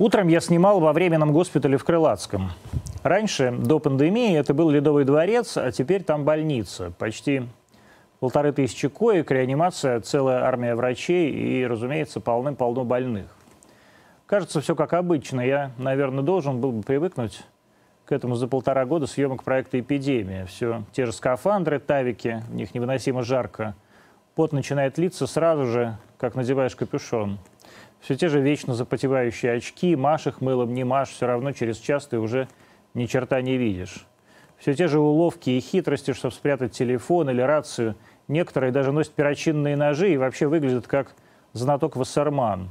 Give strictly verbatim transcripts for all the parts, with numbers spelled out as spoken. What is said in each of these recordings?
Утром я снимал во временном госпитале в Крылатском. Раньше, до пандемии, это был Ледовый дворец, а теперь там больница. Почти полторы тысячи коек, реанимация, целая армия врачей и, разумеется, полным-полно больных. Кажется, все как обычно. Я, наверное, должен был бы привыкнуть к этому за полтора года съемок проекта «Эпидемия». Все те же скафандры, тавики, в них невыносимо жарко. Пот начинает литься сразу же, как надеваешь капюшон. Все те же вечно запотевающие очки, машь их мылом, не машь, все равно через час ты уже ни черта не видишь. Все те же уловки и хитрости, чтобы спрятать телефон или рацию. Некоторые даже носят перочинные ножи и вообще выглядят как знаток вассерман.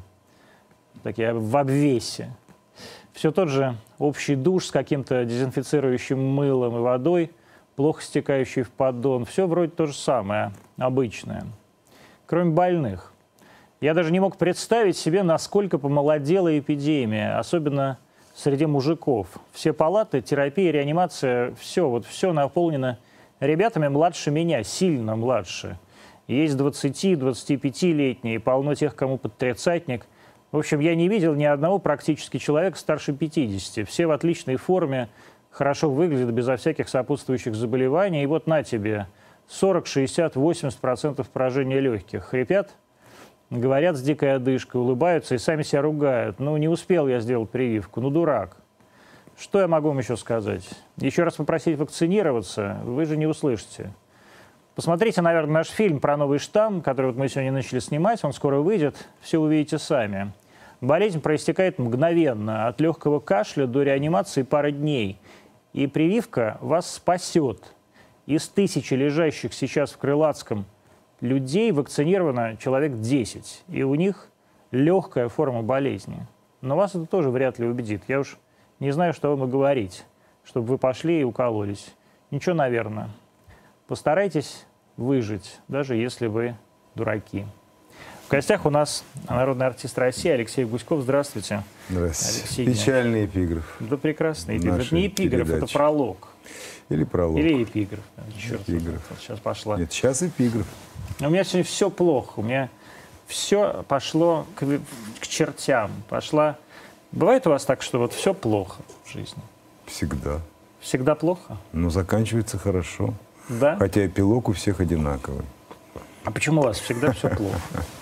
Такие в обвесе. Все тот же общий душ с каким-то дезинфицирующим мылом и водой, плохо стекающий в поддон. Все вроде то же самое, обычное. Кроме больных. Я даже не мог представить себе, насколько помолодела эпидемия, особенно среди мужиков. Все палаты, терапия, реанимация, все, вот все наполнено ребятами младше меня, сильно младше. Есть двадцати-двадцатипятилетние, полно тех, кому под тридцатник. В общем, я не видел ни одного практически человека старше пятидесяти. Все в отличной форме, хорошо выглядят, безо всяких сопутствующих заболеваний. И вот на тебе сорок, шестьдесят, восемьдесят процентов поражения легких. Хрипят, говорят с дикой одышкой, улыбаются и сами себя ругают. Ну, не успел я сделать прививку, ну, дурак. Что я могу вам еще сказать? Еще раз попросить вакцинироваться, вы же не услышите. Посмотрите, наверное, наш фильм про новый штамм, который вот мы сегодня начали снимать, он скоро выйдет, все увидите сами. Болезнь проистекает мгновенно, от легкого кашля до реанимации пары дней. И прививка вас спасет. Из тысячи лежащих сейчас в Крылатском людей вакцинировано человек десять, и у них легкая форма болезни. Но вас это тоже вряд ли убедит. Я уж не знаю, что вам и говорить, чтобы вы пошли и укололись. Ничего, наверное. Постарайтесь выжить, даже если вы дураки. В гостях у нас народный артист России Алексей Гуськов. Здравствуйте. Здравствуйте. Алексей Печальный эпиграф. Да прекрасный эпиграф. Это не эпиграф, передачи. Это пролог. Или пролог. Или эпиграф. Черт, эпиграф. Вот сейчас пошла. Нет, сейчас эпиграф. У меня сегодня все плохо. У меня все пошло к, к чертям. Пошла... Бывает у вас так, что вот все плохо в жизни? Всегда. Всегда плохо? Но заканчивается хорошо. Да? Хотя эпилог у всех одинаковый. А почему у вас всегда все плохо?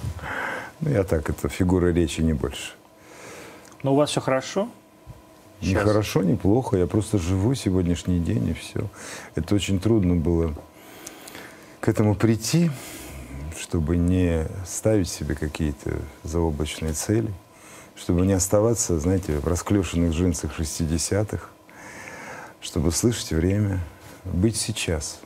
Ну, я так, это фигура речи, не больше. Но у вас все хорошо? Не хорошо, не плохо. Я просто живу сегодняшний день, и все. Это очень трудно было к этому прийти, чтобы не ставить себе какие-то заоблачные цели, чтобы не оставаться, знаете, в расклешенных джинсах шестидесятых, чтобы слышать время, быть сейчас.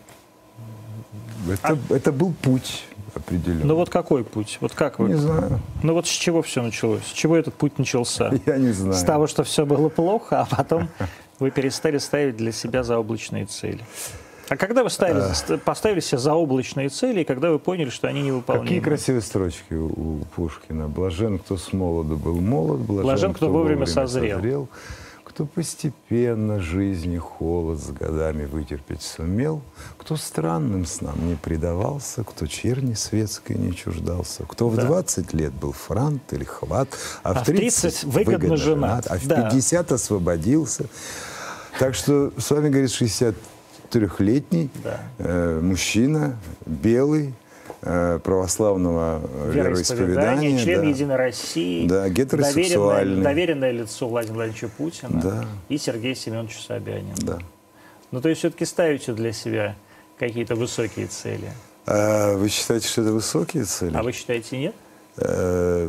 Это, а... это был путь определенный. Ну вот какой путь? Вот как вы? Не знаю. Ну вот с чего все началось? С чего этот путь начался? Я не знаю. С того, что все было плохо, а потом вы перестали ставить для себя заоблачные цели. А когда вы ставили, а... поставили себе заоблачные цели, и когда вы поняли, что они невыполнимы? Какие красивые строчки у, у Пушкина. «Блажен, кто с молоду был молод, блажен, блажен кто, кто вовремя, вовремя созрел. созрел, кто постепенно жизни холод с годами вытерпеть сумел, кто странным снам не предавался, кто черни светской не чуждался, кто в да. двадцать лет был франт или хват, а, а в тридцать выгодно, выгодно женат, а в да. пятьдесят освободился». Так что с вами, говорит, шестидесятитрёхлетний да. э, мужчина, белый, православного вероисповедания, член да. Единой России, да, гетеросексуальный. Доверенное, доверенное лицо Владимира Владимировича Путина да. и Сергея Семеновича Собянина. Да. Ну, то есть все-таки ставите для себя какие-то высокие цели? А вы считаете, что это высокие цели? А вы считаете, нет? Это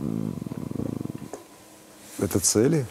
цели?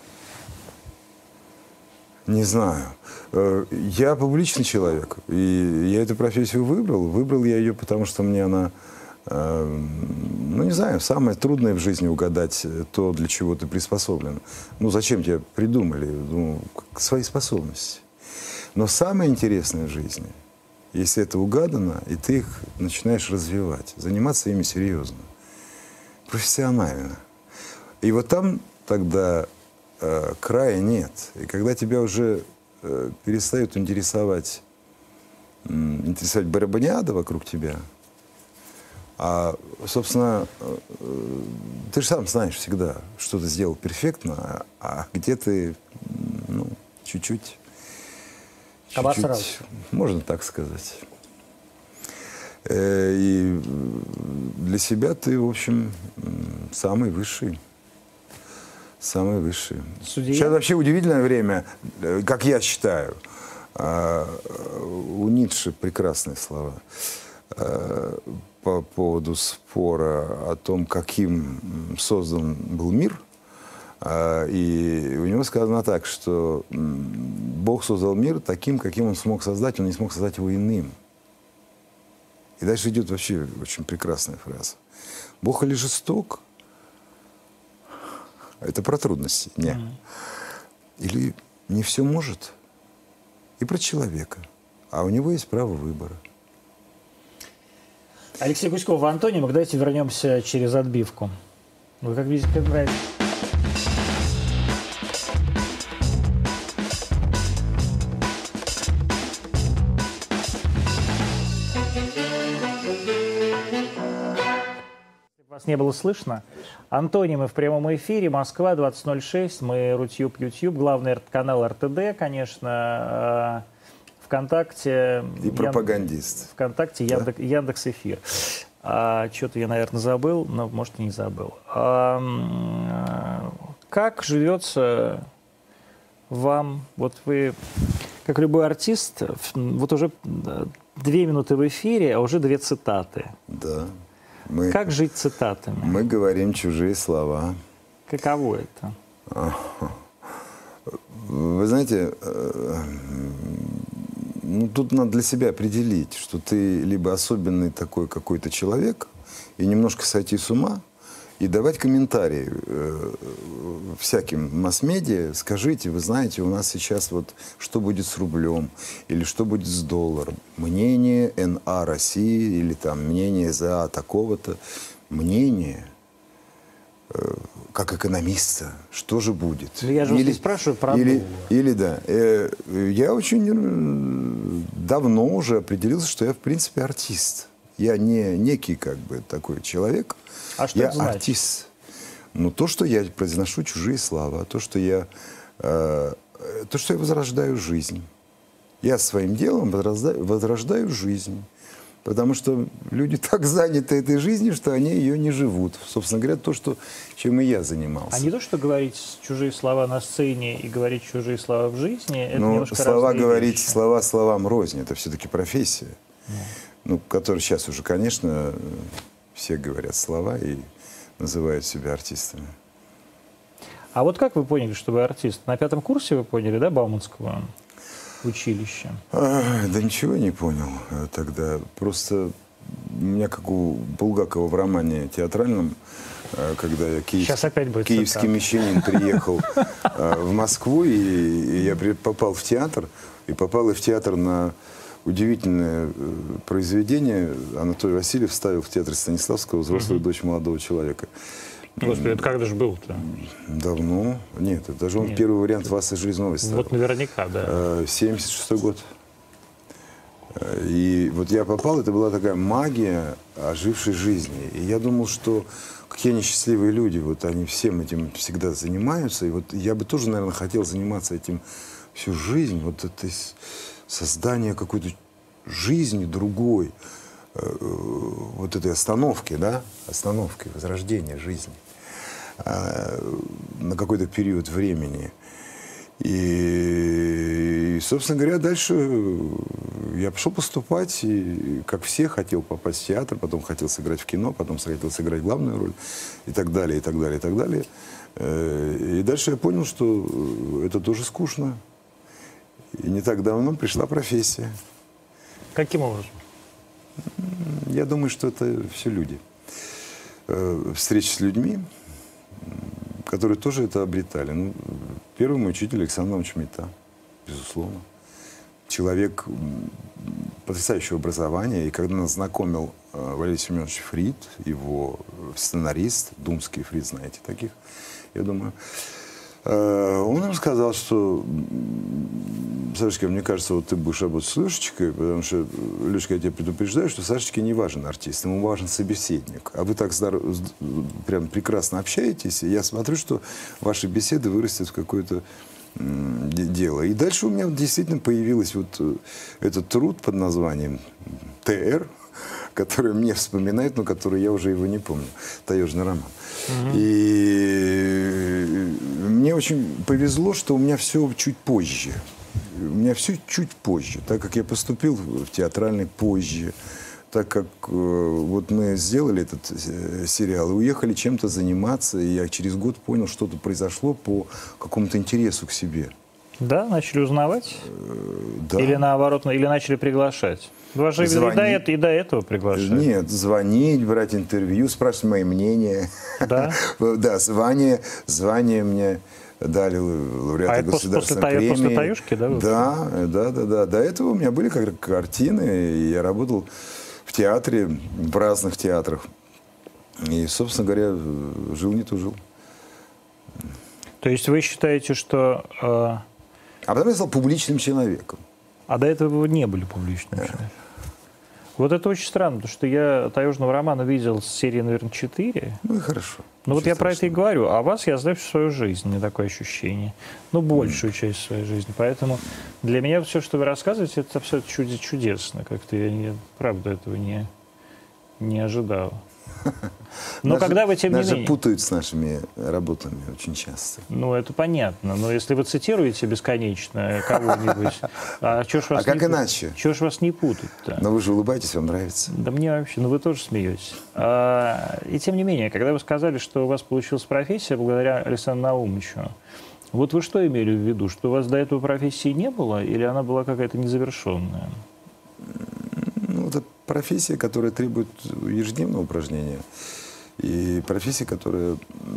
Не знаю. Я публичный человек, и я эту профессию выбрал. Выбрал я ее, потому что мне она, ну, не знаю, самое трудное в жизни угадать то, для чего ты приспособлен. Ну, зачем тебя придумали? Ну, свои способности. Но самое интересное в жизни, если это угадано, и ты их начинаешь развивать, заниматься ими серьезно, профессионально. И вот там тогда э, края нет. И когда тебя уже э, перестают интересовать, э, интересовать барабаниада вокруг тебя, А, собственно, ты же сам знаешь всегда, что ты сделал перфектно, а где ты, ну, чуть-чуть... Обосрался. Можно так сказать. И для себя ты, в общем, самый высший. Самый высший. Судья? Сейчас вообще удивительное время, как я считаю. У Ницше прекрасные слова по поводу спора о том, каким создан был мир. И у него сказано так, что Бог создал мир таким, каким он смог создать, он не смог создать его иным. И дальше идет вообще очень прекрасная фраза. Бог или жесток? Это про трудности. Не. Mm. Или не все может? И про человека. А у него есть право выбора. Алексей Гуськов, антонимок. Давайте вернемся через отбивку. Вы как видите, как нравится. Вас не было слышно. Антонимы в прямом эфире. Москва, двадцать ноль шесть. Мы Рутюб, Ютьюб. Главный канал эр тэ дэ, конечно. ВКонтакте. И пропагандист. Ян... ВКонтакте, да? Яндекс, Яндекс.Эфир. А, что-то я, наверное, забыл, но, может, и не забыл. А, как живется вам? Вот вы, как любой артист, вот уже две минуты в эфире, а уже две цитаты. Да. Мы, как жить цитатами? Мы говорим чужие слова. Каково это? Вы знаете, ну, тут надо для себя определить, что ты либо особенный такой какой-то человек, и немножко сойти с ума, и давать комментарии э, всяким масс-медиа. Скажите, вы знаете, у нас сейчас вот что будет с рублем, или что будет с долларом. Мнение эн а России, или там мнение зэ а такого-то. Мнение, э, как экономиста, что же будет? Ну, я же или, вас не спрашиваю про или, доллар. Или да. Э, я очень давно уже определился, что я в принципе артист. Я не некий как бы такой человек. А что я это значит? Артист. Ну, то, что я произношу чужие слова, то, что я, э, то, что я возрождаю жизнь. Я своим делом возрождаю, возрождаю жизнь. Потому что люди так заняты этой жизнью, что они ее не живут. Собственно говоря, то, что, чем и я занимался. А не то, что говорить чужие слова на сцене и говорить чужие слова в жизни, это ну, немножко слова разные говорить, вещи. слова словам рознь. Это все-таки профессия. Mm. Ну, которые сейчас уже, конечно, все говорят слова и называют себя артистами. А вот как вы поняли, что вы артист? На пятом курсе вы поняли, да, Бауманского училища? А, да ничего не понял тогда. Просто у меня, как у Булгакова в романе театральном, когда я киевский, киевский мещанин приехал в Москву, и я попал в театр, и попал и в театр на удивительное произведение. Анатолий Васильев ставил в театре Станиславского «Взрослую дочь молодого человека». Господи, это когда же был-то? Давно. Нет, это даже он Нет. первый вариант «Вас и жизнь новой» ставил. Вот наверняка, да. семьдесят шестой год. И вот я попал, это была такая магия ожившей жизни. И я думал, что какие они счастливые люди, вот они всем этим всегда занимаются. И вот я бы тоже, наверное, хотел заниматься этим всю жизнь, вот это создание какой-то жизни другой, вот этой остановки, да, остановки, возрождения жизни на какой-то период времени. И, собственно говоря, дальше я пошел поступать, и, как все, хотел попасть в театр, потом хотел сыграть в кино, потом хотел сыграть главную роль, и так далее, и так далее, и так далее. И дальше я понял, что это тоже скучно. И не так давно пришла профессия. Каким образом? Я думаю, что это все люди. Встречи с людьми, которые тоже это обретали. Ну, первый мой учитель Александр Иванович Мета, безусловно. Человек потрясающего образования. И когда нас знакомил Валерий Семенович Фрид, его сценарист, думский Фрид, знаете таких, я думаю, он им сказал, что Сашечка, мне кажется, вот ты будешь работать с Лешечкой, потому что, Лешечка, я тебя предупреждаю, что Сашечке не важен артист, ему важен собеседник. А вы так здоров... прям прекрасно общаетесь, и я смотрю, что ваши беседы вырастут в какое-то м, дело. И дальше у меня вот действительно появился вот этот труд под названием ТР, который мне вспоминает, но который я уже его не помню. Таежный роман. Mm-hmm. И мне очень повезло, что у меня все чуть позже. У меня все чуть позже. Так как я поступил в театральный позже, так как э, вот мы сделали этот э, сериал и уехали чем-то заниматься, и я через год понял, что-то произошло по какому-то интересу к себе. Да, начали узнавать? Э, да. Или наоборот, или начали приглашать? Вас же и до, и до этого приглашали. Нет, звонить, брать интервью, спрашивать мои мнения. Да? Да, звание, звание мне дали лауреаты а государственной после, премии. После «Таюшки», да? Да, да, да, да. До этого у меня были как картины, и я работал в театре, в разных театрах. И, собственно говоря, жил не тужил. То есть вы считаете, что... Э... А потом я стал публичным человеком. А до этого вы не были публичным человеком. Вот это очень странно, потому что я «Таежного романа» видел с серии, наверное, четыре. Ну и хорошо. Ну вот я про это и говорю. А вас я знаю всю свою жизнь, у меня такое ощущение. Ну, большую часть своей жизни. Поэтому для меня все, что вы рассказываете, это абсолютно чудесно. Как-то я, не, правда, этого не, не ожидал. Но нас когда вы, тем нас не менее... Нас путают с нашими работами очень часто. Ну, это понятно. Но если вы цитируете бесконечно кого-нибудь... А, чё ж вас а как не... иначе? Чего ж вас не путать-то? Но вы же улыбаетесь, вам нравится. Да мне вообще... Ну, вы тоже смеетесь. А, и тем не менее, когда вы сказали, что у вас получилась профессия благодаря Александру Наумовичу, вот вы что имели в виду? Что у вас до этого профессии не было? Или она была какая-то незавершенная? Ну, это профессия, которая требует ежедневного упражнения. И профессия, которая...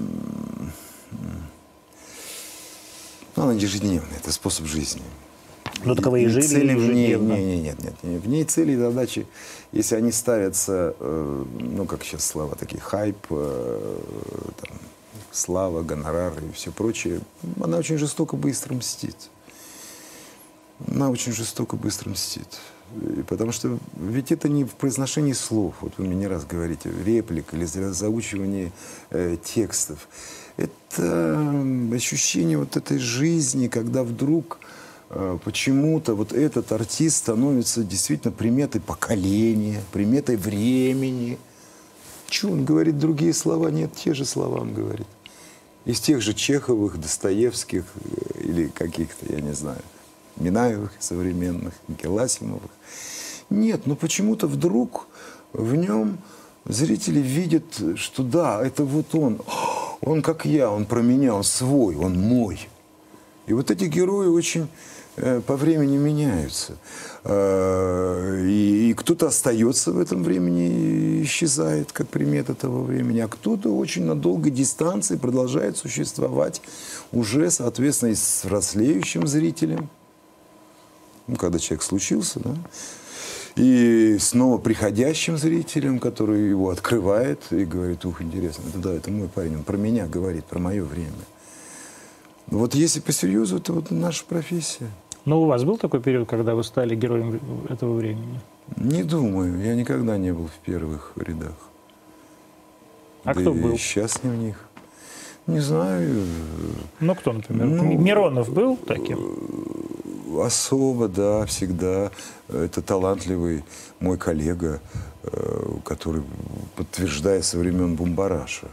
Ну, она ежедневная, это способ жизни. Ну, так вы и жили цели в ней, ежедневно. не, не, нет, нет, нет. В ней цели и задачи, если они ставятся, э, ну, как сейчас слова такие, хайп, э, там, слава, гонорар и все прочее, она очень жестоко быстро мстит. Она очень жестоко быстро мстит. И потому что ведь это не в произношении слов, вот вы мне не раз говорите, реплик или заучивание э, текстов. Это ощущение вот этой жизни, когда вдруг э, почему-то вот этот артист становится действительно приметой поколения, приметой времени. Чего он говорит другие слова? Нет, те же слова он говорит. Из тех же Чеховых, Достоевских э, или каких-то, я не знаю, Минаевых современных, Геласимовых. Нет, но почему-то вдруг в нем зрители видят, что да, это вот он. Он как я, он про меня, он свой, он мой. И вот эти герои очень э, по времени меняются. Э, и, и кто-то остается в этом времени и исчезает, как примета того времени, а кто-то очень на долгой дистанции продолжает существовать уже, соответственно, и с взрослеющим зрителем. Ну, когда человек случился, да, и снова приходящим зрителем, который его открывает и говорит, ух, интересно, это, да, это мой парень, он про меня говорит, про мое время. Вот если по серьезу, это вот наша профессия. Но у вас был такой период, когда вы стали героем этого времени? Не думаю, я никогда не был в первых рядах. А да кто и был? Сейчас не в них. Не знаю. Ну, кто, например? Ну, Миронов был таким? Особо, да, всегда. Это талантливый мой коллега, который подтверждает со времен Бумбараша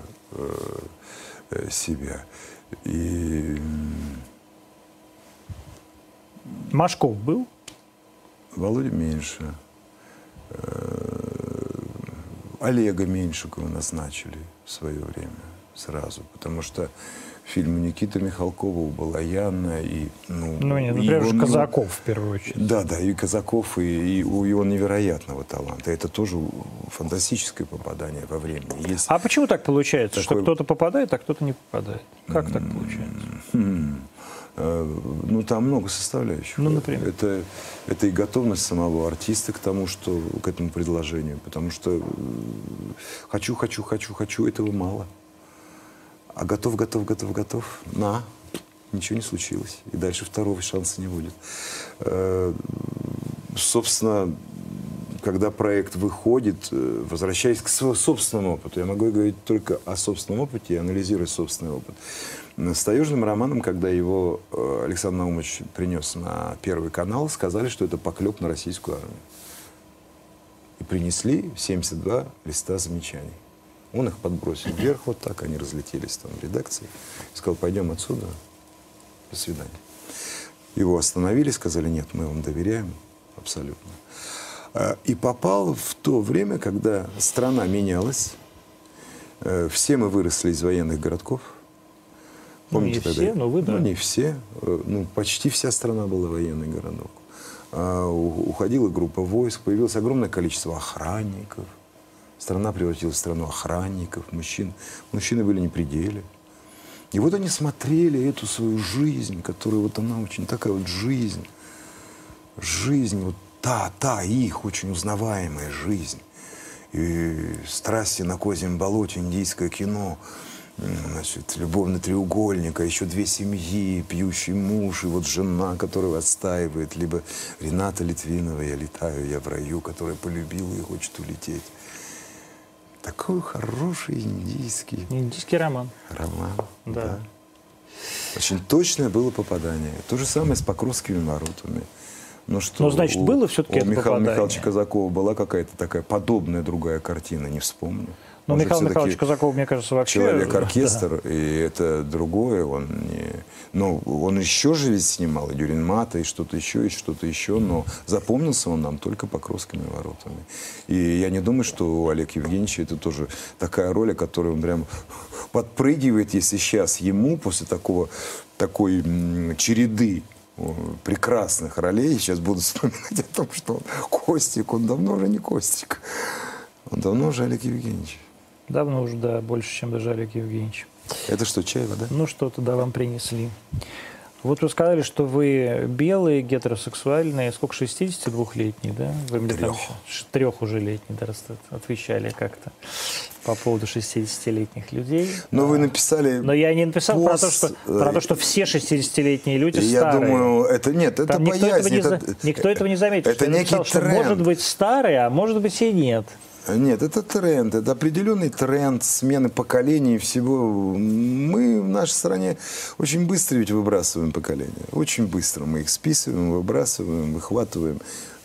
себя. И... Машков был? Володя меньше. Олега Меньшикова назначили в свое время сразу, потому что фильм у Никиты Михалкова, у Балаяна и... Ну, ну нет, и например, он, Казаков в первую очередь. Да, да, и Казаков, и, и у его невероятного таланта. Это тоже фантастическое попадание во времени. Есть а почему так получается, такой... что кто-то попадает, а кто-то не попадает? Как так получается? Ну, там много составляющих. Ну, например? Это, это и готовность самого артиста к тому, что, к этому предложению. Потому что хочу, хочу, хочу, хочу, этого мало. А готов, готов, готов, готов, на. ничего не случилось. И дальше второго шанса не будет. Э, собственно, когда проект выходит, возвращаясь к своему собственному опыту, я могу говорить только о собственном опыте и анализировать собственный опыт. С таежным романом, когда его Александр Наумович принес на Первый канал, сказали, что это поклеп на российскую армию. И принесли семьдесят два листа замечаний. Он их подбросил вверх, вот так, они разлетелись там в редакции. И сказал, пойдем отсюда, до свидания. Его остановили, сказали, нет, мы вам доверяем абсолютно. И попал в то время, когда страна менялась, все мы выросли из военных городков. Помните, ну, не тогда? все, но вы, да. Ну, не все. Ну, почти вся страна была военный городок. Уходила группа войск, появилось огромное количество охранников. Страна превратилась в страну охранников, мужчин. Мужчины были не при деле. И вот они смотрели эту свою жизнь, которая вот она очень такая вот жизнь. Жизнь, вот та, та их очень узнаваемая жизнь. И «Страсти на козьем болоте», индийское кино, значит, «Любовный треугольник», а еще две семьи, пьющий муж, и вот жена, которая отстаивает, либо Рената Литвинова «Я летаю, я в раю», которая полюбила и хочет улететь. Такой хороший индийский... Индийский роман. Роман, да. да. Очень точное было попадание. То же самое с «Покровскими воротами». Ну, что ну, значит, у, было все-таки у это Михаила попадание. Михайловича Казакова была какая-то такая подобная другая картина, не вспомню. Но Он Михаил Михайлович Казаков, мне кажется, вообще... Человек-оркестр, да. И это другое. Он не... Ну, он еще же ведь снимал и «Дюринмата», и что-то еще, и что-то еще, но запомнился он нам только «Покровскими воротами». И я не думаю, что у Олега Евгеньевича это тоже такая роль, о которой он прям подпрыгивает, если сейчас ему после такого, такой м, череды прекрасных ролей сейчас буду вспоминать о том, что он Костик, он давно уже не Костик. Он давно уже Олег Евгеньевич. Давно уже, да, больше, чем даже Олег Евгеньевич. Это что, чай, вода? Ну, что-то, да, вам принесли. Вот вы сказали, что вы белые, гетеросексуальные, сколько, шестидесятидвухлетний, да? Вы мне Трех. там трех уже летний, да, отвечали как-то по поводу шестидесятилетних людей. Но вы написали... Но я не написал пост... про, то, что, про то, что все шестидесятилетние люди я старые. Я думаю, это нет, это Там никто боязнь. Этого это, не, никто этого не заметил. Это некий написал, тренд. Что может быть старые, а может быть и нет. Нет, это тренд, это определенный тренд смены поколений и всего. Мы в нашей стране очень быстро ведь выбрасываем поколения. Очень быстро мы их списываем, выбрасываем, выхватываем.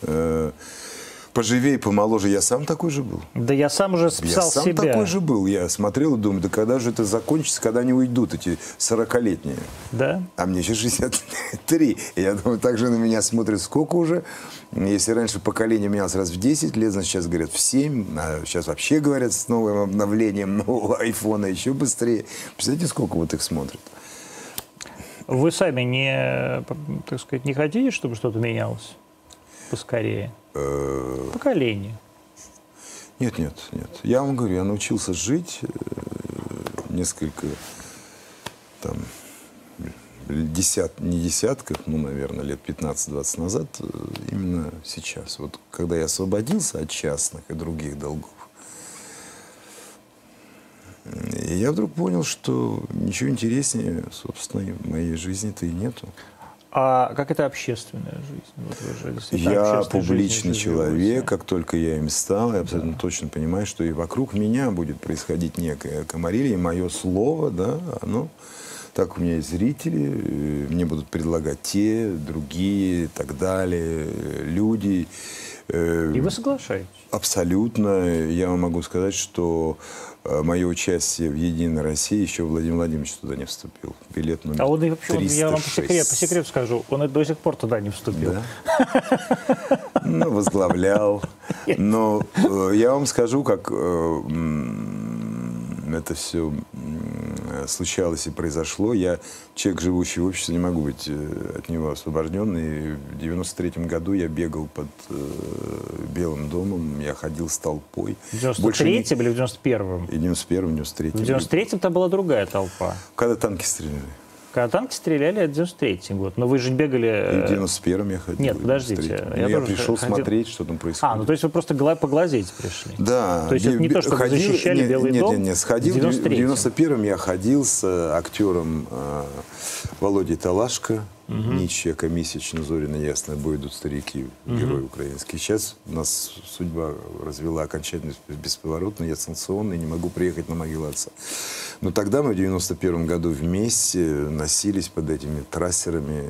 Поживей, помоложе. Я сам такой же был. Да я сам уже списал Я сам себя. такой же был. Я смотрел и думаю, да когда же это закончится, когда они уйдут, эти сорокалетние. Да? А мне сейчас шестьдесят три. И я думаю, так же на меня смотрят сколько уже. Если раньше поколение менялось раз в десять лет, значит, сейчас говорят в семь. А сейчас вообще говорят с новым обновлением нового айфона еще быстрее. Представляете, сколько вот их смотрят? Вы сами не, так сказать, не хотите, чтобы что-то менялось поскорее? Поколение. Нет, нет, нет. Я вам говорю, я научился жить несколько, там, десят, не десятков, ну, наверное, лет пятнадцать-двадцать назад, именно сейчас. Вот когда я освободился от частных и других долгов, и я вдруг понял, что ничего интереснее, собственно, в моей жизни-то и нету. А как это общественная жизнь? Вот вы же я публичный человек, как только я им стал, я абсолютно да. точно понимаю, что и вокруг меня будет происходить некое комарилье, и мое слово, да, оно, так у меня есть зрители, мне будут предлагать те, другие, и так далее, люди. И вы соглашаетесь? Абсолютно. Я вам могу сказать, что мое участие в «Единой России» еще Владимир Владимирович туда не вступил. Билет номер А он и вообще, триста шесть. Я вам по секрету, по секрету скажу, он и до сих пор туда не вступил. Да? Ну, возглавлял. Но я вам скажу, как это все случалось и произошло. Я, человек, живущий в обществе, не могу быть от него освобожден. И в девяносто третьем году я бегал под э, Белым домом, я ходил с толпой. В девяносто третьем не... или в девяносто первом? И в девяносто первом, в девяносто третьем. В девяносто третьем там была другая толпа. Когда танки стреляли. Когда танки стреляли, это девяносто третий год. Но вы же бегали... И в девяносто первом я ходил. Нет, подождите. Я, я пришел ходил... смотреть, что там происходит. А, ну то есть вы просто поглазеть пришли. Да. То есть это не то, что ходил, вы защищали нет, Белый нет, дом? Нет, нет, сходил. В девяносто первом я ходил с актером э, Володей Талашко. Угу. Ничья, Комиссич, Зорина, Ясная, бой идут старики, угу. Герой украинский. Сейчас у нас судьба развела окончательно бесповоротно, я санкционный, не могу приехать на могилу отца. Но тогда мы в девяносто первом году вместе носились под этими трассерами.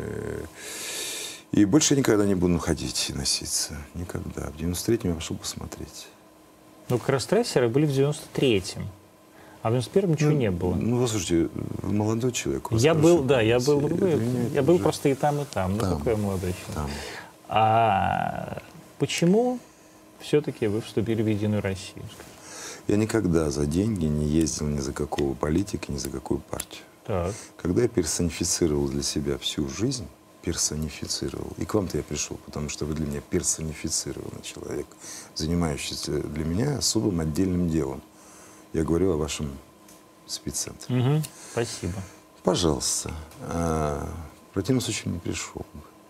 И больше я никогда не буду ходить и носиться. Никогда. В девяносто третьем я пошел посмотреть. Ну, как раз трассеры были в девяносто третьем. А в девяносто первом ничего ну, не было. Ну, послушайте, молодой человек. Я был, да, я был, я, я был уже... просто и там, и там. там. Ну, какой я молодой человек. Там. А почему все-таки вы вступили в Единую Россию? Я никогда за деньги не ездил ни за какого политика, ни за какую партию. Так. Когда я персонифицировал для себя всю жизнь, персонифицировал, и к вам-то я пришел, потому что вы для меня персонифицированный человек, занимающийся для меня особым отдельным делом. Я говорю о вашем спеццентре. Угу. Спасибо. Пожалуйста. А, в противном случае не пришел.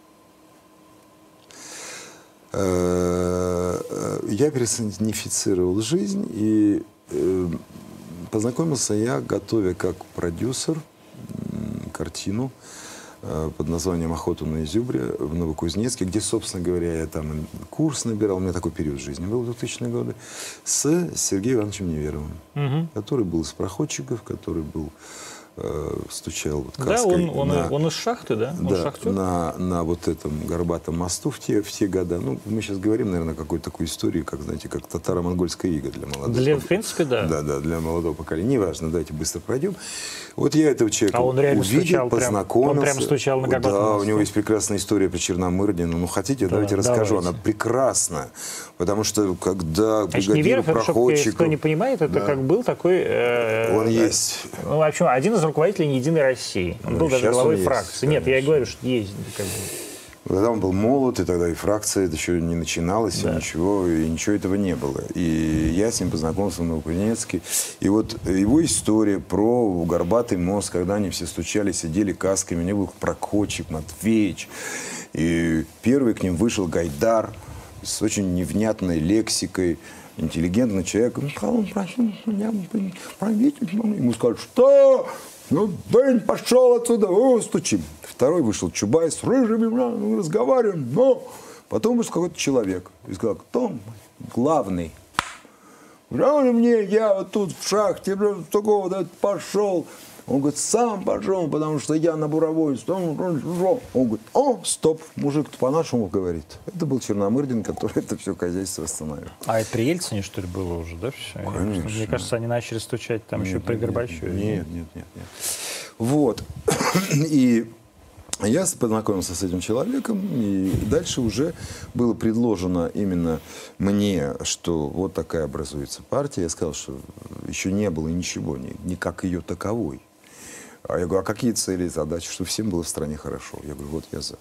А, я персонифицировал жизнь, и э, познакомился я, готовя как продюсер картину под названием «Охота на изюбря» в Новокузнецке, где, собственно говоря, я там курс набирал, у меня такой период жизни был в двухтысячные годы, с Сергеем Ивановичем Неверовым, угу. который был из проходчиков, который был, э, стучал вот каской. Да, он, он, на, он из шахты, да? Он да, шахтер? на, на вот этом горбатом мосту в те, в те годы. Ну, мы сейчас говорим, наверное, о какой-то такой истории, как, знаете, как татаро-монгольская ига для молодого. Для, в принципе, да. Да, да, для молодого поколения. Неважно, давайте быстро пройдем. Вот я этого человека а он реально увидел, стучал, познакомился. Прям, он прям стучал на горбатом Да, мосту. у него есть прекрасная история про Черномырдина. Ну, хотите, да, давайте расскажу. Давайте. Она прекрасная. Потому что, когда бригадир проходчиков... Кто не понимает, это да. как был такой... Э, он э, есть. Ну, в общем, один из руководителей Единой России. Он ну, был даже главой фракции. Есть, Нет, я и говорю, что есть. Как бы. Тогда он был молод, и тогда и фракция это еще не начиналась, да. и ничего, и ничего этого не было. И я с ним познакомился в Новокузнецке. И вот его история про горбатый мост, когда они все стучали, сидели касками, у него был проходчик Матвеич. И первый к ним вышел Гайдар с очень невнятной лексикой, интеллигентный человек. Михаил, прошу, я правитель. Ему сказали, что? Ну, Бень, пошел отсюда, о, стучим. Второй вышел Чубай с рыжими, мы разговариваем, но... Потом вышел какой-то человек и сказал, кто главный? Говорю, мне, я вот тут в шахте, такого, да, пошел. Он говорит, сам пошел, потому что я на буровой. Он говорит, о, стоп, мужик по-нашему говорит. Это был Черномырдин, который это все хозяйство остановил. А это при Ельцине, что ли, было уже, да, все? Конечно. Мне кажется, они начали стучать там нет, еще при Горбачеве. Нет, нет, нет, нет. Вот. И я познакомился с этим человеком, и дальше уже было предложено именно мне, что вот такая образуется партия. Я сказал, что еще не было ничего, ни, ни как ее таковой. А я говорю, а какие цели и задачи? Чтобы всем было в стране хорошо. Я говорю, вот я за.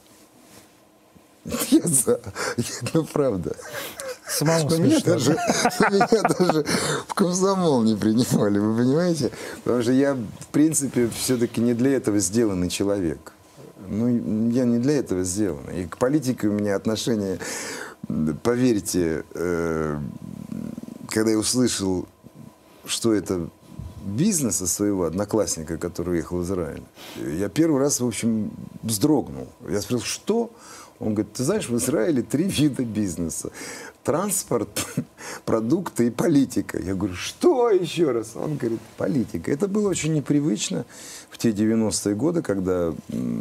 Я за. Ну, правда. Самому что меня даже, меня даже в комсомол не принимали, вы понимаете? Потому что я, в принципе, все-таки не для этого сделанный человек. Ну, я не для этого сделан. И к политике у меня отношение, поверьте, э, когда я услышал, что это бизнеса своего одноклассника, который уехал в Израиль, я первый раз, в общем, вздрогнул. Я спросил, что? Он говорит, ты знаешь, в Израиле три вида бизнеса. Транспорт, продукты и политика. Я говорю, что еще раз? Он говорит, политика. Это было очень непривычно в те девяностые годы, когда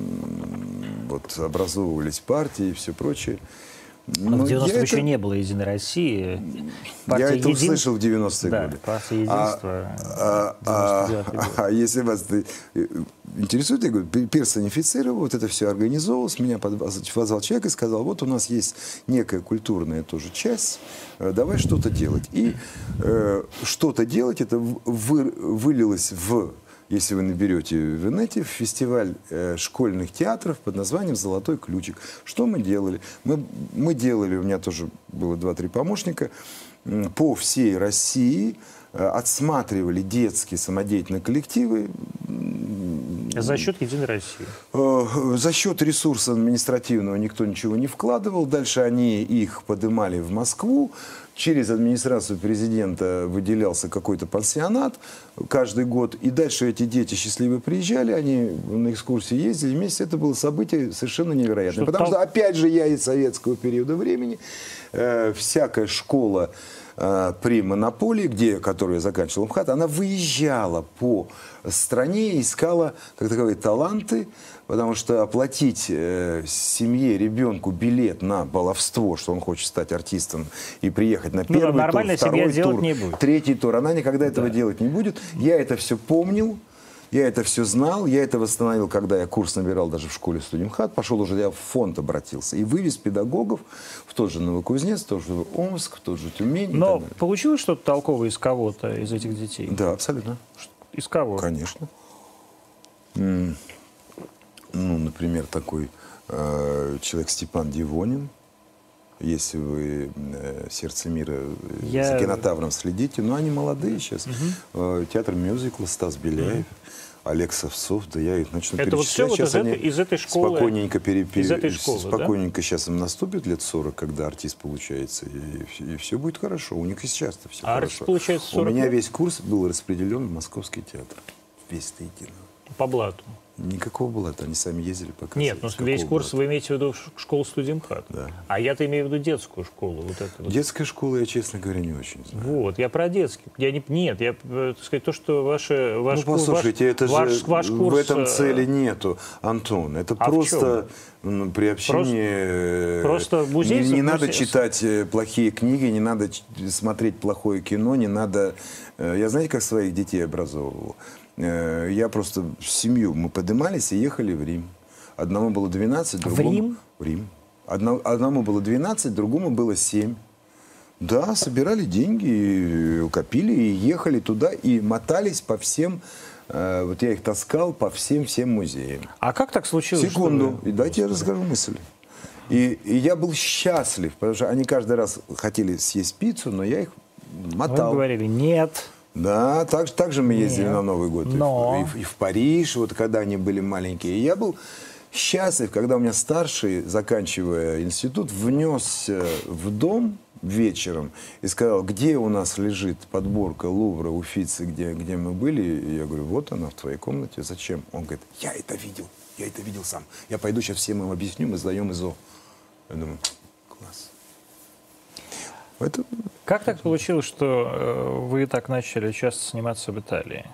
вот, образовывались партии и все прочее. Но в девяностых еще это... не было Единой России. Партия я это един... услышал в девяностые да, годы. Партия Единства. А, а, а, а если вас интересует, я говорю, персонифицировал, вот это все организовалось, меня позвал человек и сказал, вот у нас есть некая культурная тоже часть, давай что-то делать. И э, что-то делать, это вы, вылилось в... Если вы наберете в инете, фестиваль э, школьных театров под названием «Золотой ключик». Что мы делали? Мы, мы делали, у меня тоже было два-три помощника, э, по всей России э, отсматривали детские самодеятельные коллективы, За счет Единой России? За счет ресурса административного никто ничего не вкладывал. Дальше они их поднимали в Москву. Через администрацию президента выделялся какой-то пансионат каждый год. И дальше эти дети счастливо приезжали, они на экскурсии ездили вместе. Это было событие совершенно невероятное. Что Потому там... что, опять же, я из советского периода времени. Э, всякая школа э, при монополии, где, которую я заканчивал МХАТ, она выезжала по стране, искала, как таковые, таланты. Потому что оплатить э, семье, ребенку билет на баловство, что он хочет стать артистом и приехать на первый ну, тур, второй тур, не будет. третий тур, она никогда этого да. делать не будет. Я это все помнил, я это все знал, я это восстановил, когда я курс набирал даже в школе студимхат, пошел уже, я в фонд обратился и вывез педагогов в тот же Новокузнецк, в тот же Омск, в тот же Тюмень. Но получилось что-то толковое из кого-то, из этих детей? Да, абсолютно. Из кого? Конечно. М- Ну, например, такой э, человек Степан Дивонин. Если вы э, «Сердце мира» Я... за Кинотавром следите. Но они молодые сейчас. Угу. Э, театр мюзикла, Стас Беляев, угу. Олег Савцов. Да я их начну Это перечислять. Вот сейчас вот из, они из этой школы? Спокойненько, пере... из этой школы, спокойненько да? Сейчас им наступит лет сорок, когда артист получается. И, и все будет хорошо. У них и сейчас все а хорошо. Получается сорок У меня лет? Весь курс был распределен в Московский театр. Весь до единого. По блату? Никакого блата, они сами ездили показывать. Нет, ну весь курс блата? Вы имеете в виду школу студимхат. Да. А я-то имею в виду детскую школу. Вот это вот. Детская школа, я, честно говоря, не очень знаю. Вот, я про детский. Я не, нет, я, так сказать, то, что ваши, ваш ну, послушайте, ваш, это ваш, же ваш курс... в этом цели нету, Антон. Это а просто ну, приобщение... Просто, просто музей... Не, не надо читать плохие книги, не надо смотреть плохое кино, не надо... Я знаете, как своих детей образовывал? Я просто семью, мы поднимались и ехали в Рим. Одному было двенадцать, другому... В Рим? В Рим. Одно, одному было двенадцать, другому было семь. Да, собирали деньги, копили и ехали туда, и мотались по всем... Э, вот я их таскал по всем-всем музеям. А как так случилось? Секунду, вы... и дайте я расскажу мысль. И, и я был счастлив, потому что они каждый раз хотели съесть пиццу, но я их мотал. Вы говорили, нет... Да, так, так же мы ездили Нет, на Новый год но... и, в, и в Париж, вот когда они были маленькие. И я был счастлив, когда у меня старший, заканчивая институт, внес в дом вечером и сказал, где у нас лежит подборка Лувра, Уффици, где, где мы были. И я говорю, вот она в твоей комнате. Зачем? Он говорит, я это видел, я это видел сам. Я пойду сейчас всем им объясню, мы сдаем ИЗО. Я думаю, класс. Это... Как так получилось, что э, вы так начали часто сниматься в Италии?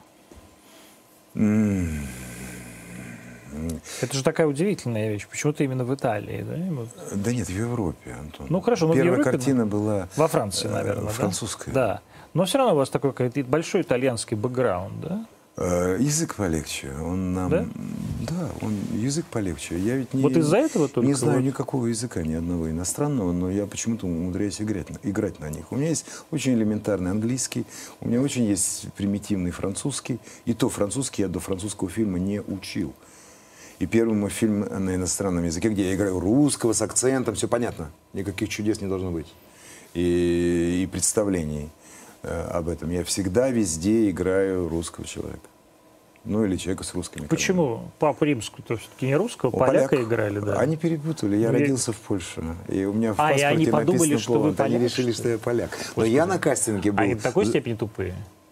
Mm. Это же такая удивительная вещь. Почему-то именно в Италии, да? Вот. Да нет, в Европе, Антон. Ну хорошо, но Первая в Европе, картина была... Во Франции, наверное, французская. Да? Да. Но все равно у вас такой какой-то большой итальянский бэкграунд, да? Язык полегче. Он нам... Да? Да, он язык полегче. Я ведь не, вот из-за этого только не знаю вот... никакого языка, ни одного иностранного, но я почему-то умудряюсь играть, играть на них. У меня есть очень элементарный английский, у меня очень есть примитивный французский. И то французский я до французского фильма не учил. И первый мой фильм на иностранном языке, где я играю русского с акцентом, все понятно. Никаких чудес не должно быть. И, и представлений об этом. Я всегда везде играю русского человека. Ну, или человека с русскими корнями. Почему? Папу римскую-то все-таки не русского, О, поляка поляк. играли, да? Они перепутали. Я ну, родился в Польше. И у меня в а, паспорте и они подумали, написано что вы поляк? Они решили, что я поляк. Но Господи. я на кастинге был. Они в такой степени тупые?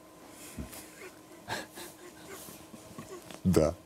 Да.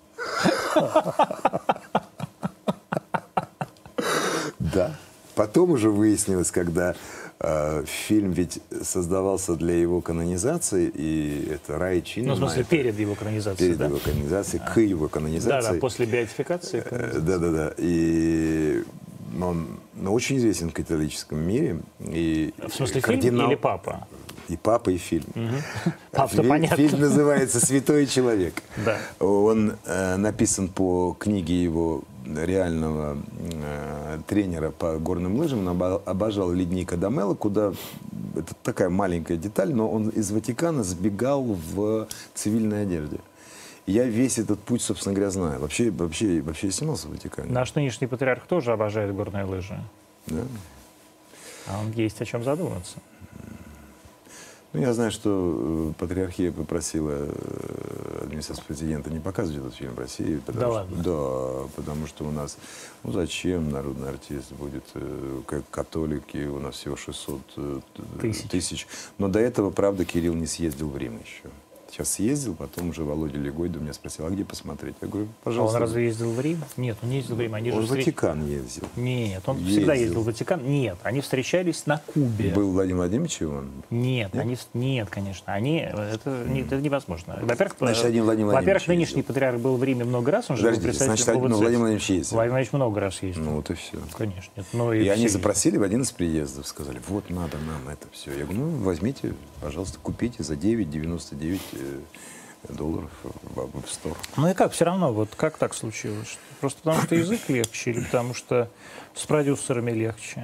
Да. Потом уже выяснилось, когда э, фильм ведь создавался для его канонизации, и это Рай Чинна. Ну, в смысле, перед его канонизацией, Перед да? его канонизацией, а. к его канонизации. Да, да, после беатификации. Да-да-да. И он ну, очень известен в католическом мире. И в смысле, кардинал... фильм или папа? И папа, и фильм. Угу. Папа-то понятно. Фильм называется «Святой человек». Да. Он э, написан по книге его реального э, тренера по горным лыжам. Он обожал ледник Адамелла, куда... Это такая маленькая деталь, но он из Ватикана сбегал в цивильной одежде. Я весь этот путь, собственно говоря, знаю. Вообще, вообще, вообще я снимался в Ватикане. Наш нынешний патриарх тоже обожает горные лыжи. Да. А он есть о чем задуматься. Ну, я знаю, что патриархия попросила администрацию президента не показывать этот фильм в России. Потому Да что, ладно? Да, потому что у нас, ну зачем народный артист будет, как католики, у нас всего шестьсот тысяч. тысяч. Но до этого, правда, Кирилл не съездил в Рим еще. Сейчас съездил, потом уже Володя Легойда меня спросил, а где посмотреть? Я говорю, пожалуйста. А он разве ездил в Рим? Нет, он не ездил в Рим. Они Он же в Ватикан ездил. Нет, он Ездил. всегда ездил в Ватикан. Нет, они встречались на Кубе. Был Владимир Владимирович и он? Нет, Нет? они, нет, конечно, они, это, не- это невозможно. Во-первых, Значит, один Владимир во-первых, Владимирович нынешний ездил. патриарх был в Риме много раз, он же был Подождите, значит, представителем ну, ОВЦ. Владимир Владимирович ездил. Владимир Владимирович много раз ездил. Ну вот и все. Конечно. Нет. Ну, И они все запросили в один из приездов, сказали, вот надо нам это все. Я говорю, ну возьмите, пожалуйста, купите за девять девяносто девять долларов в App Store. Ну и как, все равно, вот как так случилось? Просто потому что язык легче или потому что с продюсерами легче?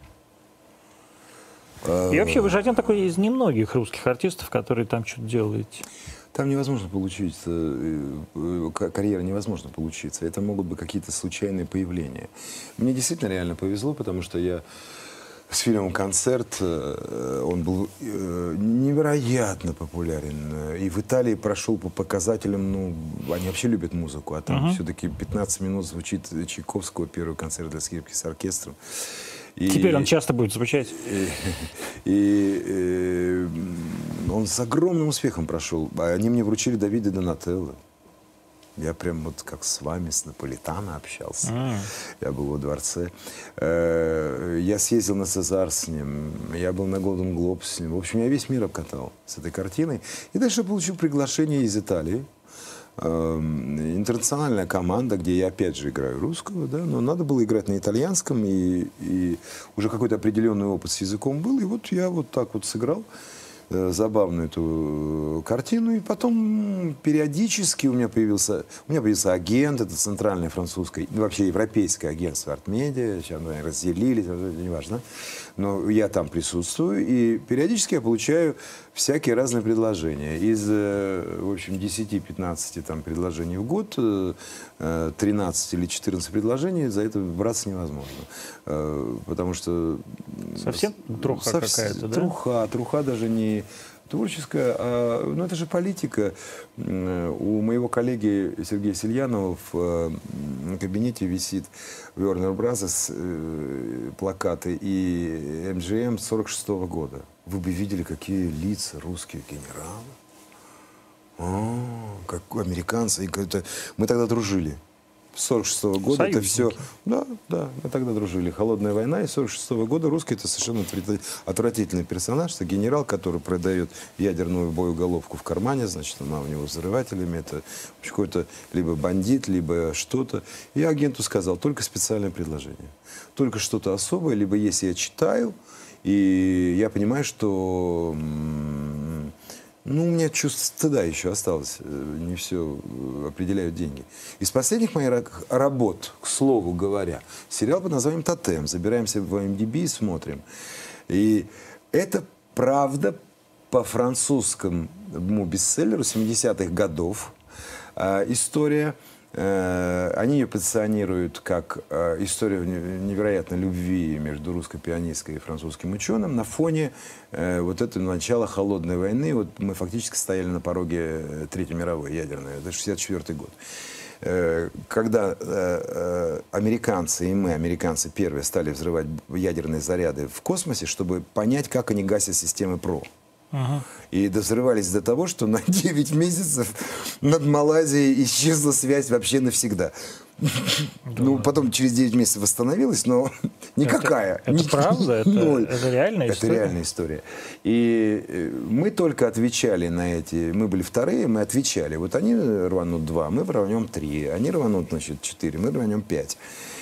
И вообще, вы же один такой из немногих русских артистов, которые там что-то делаете. Там невозможно получиться, э, карьера невозможно получиться. Это могут быть какие-то случайные появления. Мне действительно реально повезло, потому что я с фильмом «Концерт», э, он был э, невероятно популярен. И в Италии прошел по показателям, ну, они вообще любят музыку, а там Uh-huh. все-таки пятнадцать минут звучит Чайковского, первый концерт для скрипки с оркестром. И, Теперь он часто будет звучать. И, и, э, он с огромным успехом прошел. Они мне вручили Давида Донателло. Я прям вот как с вами, с Наполитано общался. Mm. Я был во дворце. Э, я съездил на Цезарь с ним. Я был на Голден Глоб с ним. В общем, я весь мир обкатал с этой картиной. И дальше я получил приглашение из Италии. Интернациональная команда, где я опять же играю русского, да, но надо было играть на итальянском, и, и уже какой-то определенный опыт с языком был, и вот я вот так вот сыграл э, забавную эту картину, и потом периодически у меня появился, у меня появился агент, это центральное французское, вообще европейское агентство «Артмедиа», сейчас мы разделились, неважно, но я там присутствую, и периодически я получаю всякие разные предложения. Из, в общем, десяти-пятнадцати там предложений в год, тринадцать или четырнадцать предложений, за это браться невозможно. Потому что... Совсем труха Сов... какая-то, да? Труха, труха даже не творческая, а, ну это же политика. У моего коллеги Сергея Сельянова в кабинете висит Warner Bros. Плакаты и эм джи эм сорок шестого года. Вы бы видели, какие лица русских генералов. О, как американцы. Мы тогда дружили. С сорок шестого года это все... Да, да, мы тогда дружили. Холодная война. И с сорок шестого года русский — это совершенно отвратительный персонаж. Это генерал, который продает ядерную боеголовку в кармане. Значит, она у него взрывателями. Это какой-то либо бандит, либо что-то. Я агенту сказал, только специальное предложение. Только что-то особое. Либо если я читаю, и я понимаю, что... Ну, у меня чувство стыда еще осталось. Не все определяют деньги. Из последних моих работ, к слову говоря, сериал под названием «Тотем». Забираемся в эм ди би и смотрим. И это правда по французскому бестселлеру семидесятых годов. История. Они ее позиционируют как историю невероятной любви между русской пианисткой и французским ученым на фоне вот этого начала холодной войны. Вот мы фактически стояли на пороге Третьей мировой ядерной. Это шестьдесят четвёртый год. Когда американцы и мы, американцы, первые стали взрывать ядерные заряды в космосе, чтобы понять, как они гасят системы ПРО. Uh-huh. И дозрывались до того, что на девять месяцев над Малайзией исчезла связь вообще навсегда. Да. Ну, потом через девять месяцев восстановилась, но никакая. Это, это правда? Это, это реальная это история? Это реальная история. И мы только отвечали на эти... Мы были вторые, мы отвечали. Вот они рванут два, мы рванем три. Они рванут, значит, четыре, мы рванем пять.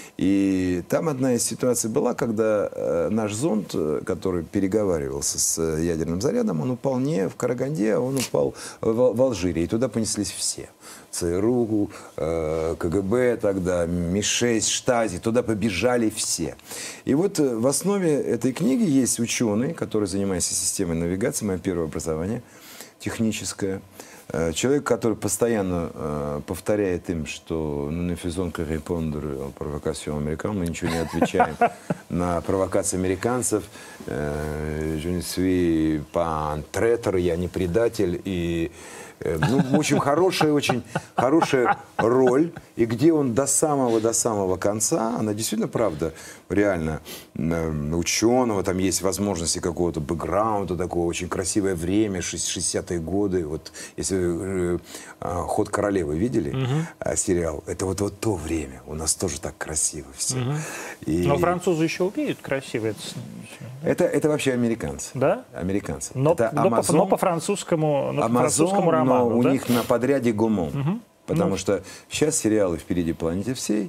И там одна из ситуаций была, когда э, наш зонд, который переговаривался с э, ядерным зарядом, он упал не в Караганде, а он упал в, в Алжире. И туда понеслись все. ЦРУ, э, КГБ тогда, Ми шесть, Штази. Туда побежали все. И вот э, в основе этой книги есть ученый, который занимается системой навигации, мое первое образование техническое. Э, Человек, который постоянно э, повторяет им, что «nous ne faisons que répondre aux provocations américaines», мы ничего не отвечаем на провокации американцев, э, «je ne suis pas un traître», я не предатель, и ну, в общем, хорошая, очень хорошая роль, и где он до самого, до самого конца, она действительно, правда, реально ученого, там есть возможности какого-то бэкграунда, такого очень красивое время, шестидесятые годы, вот, если э, «Ход королевы» видели, угу. сериал, это вот, вот то время, у нас тоже так красиво все. Угу. И... Но французы еще умеют красиво это. Это, это вообще американцы. Да? Американцы. Но, это но, Amazon, по, но по французскому, но Amazon, по французскому роману, но у да? них на подряде Гомон. Угу. Потому ну. что сейчас сериалы «Впереди планеты всей».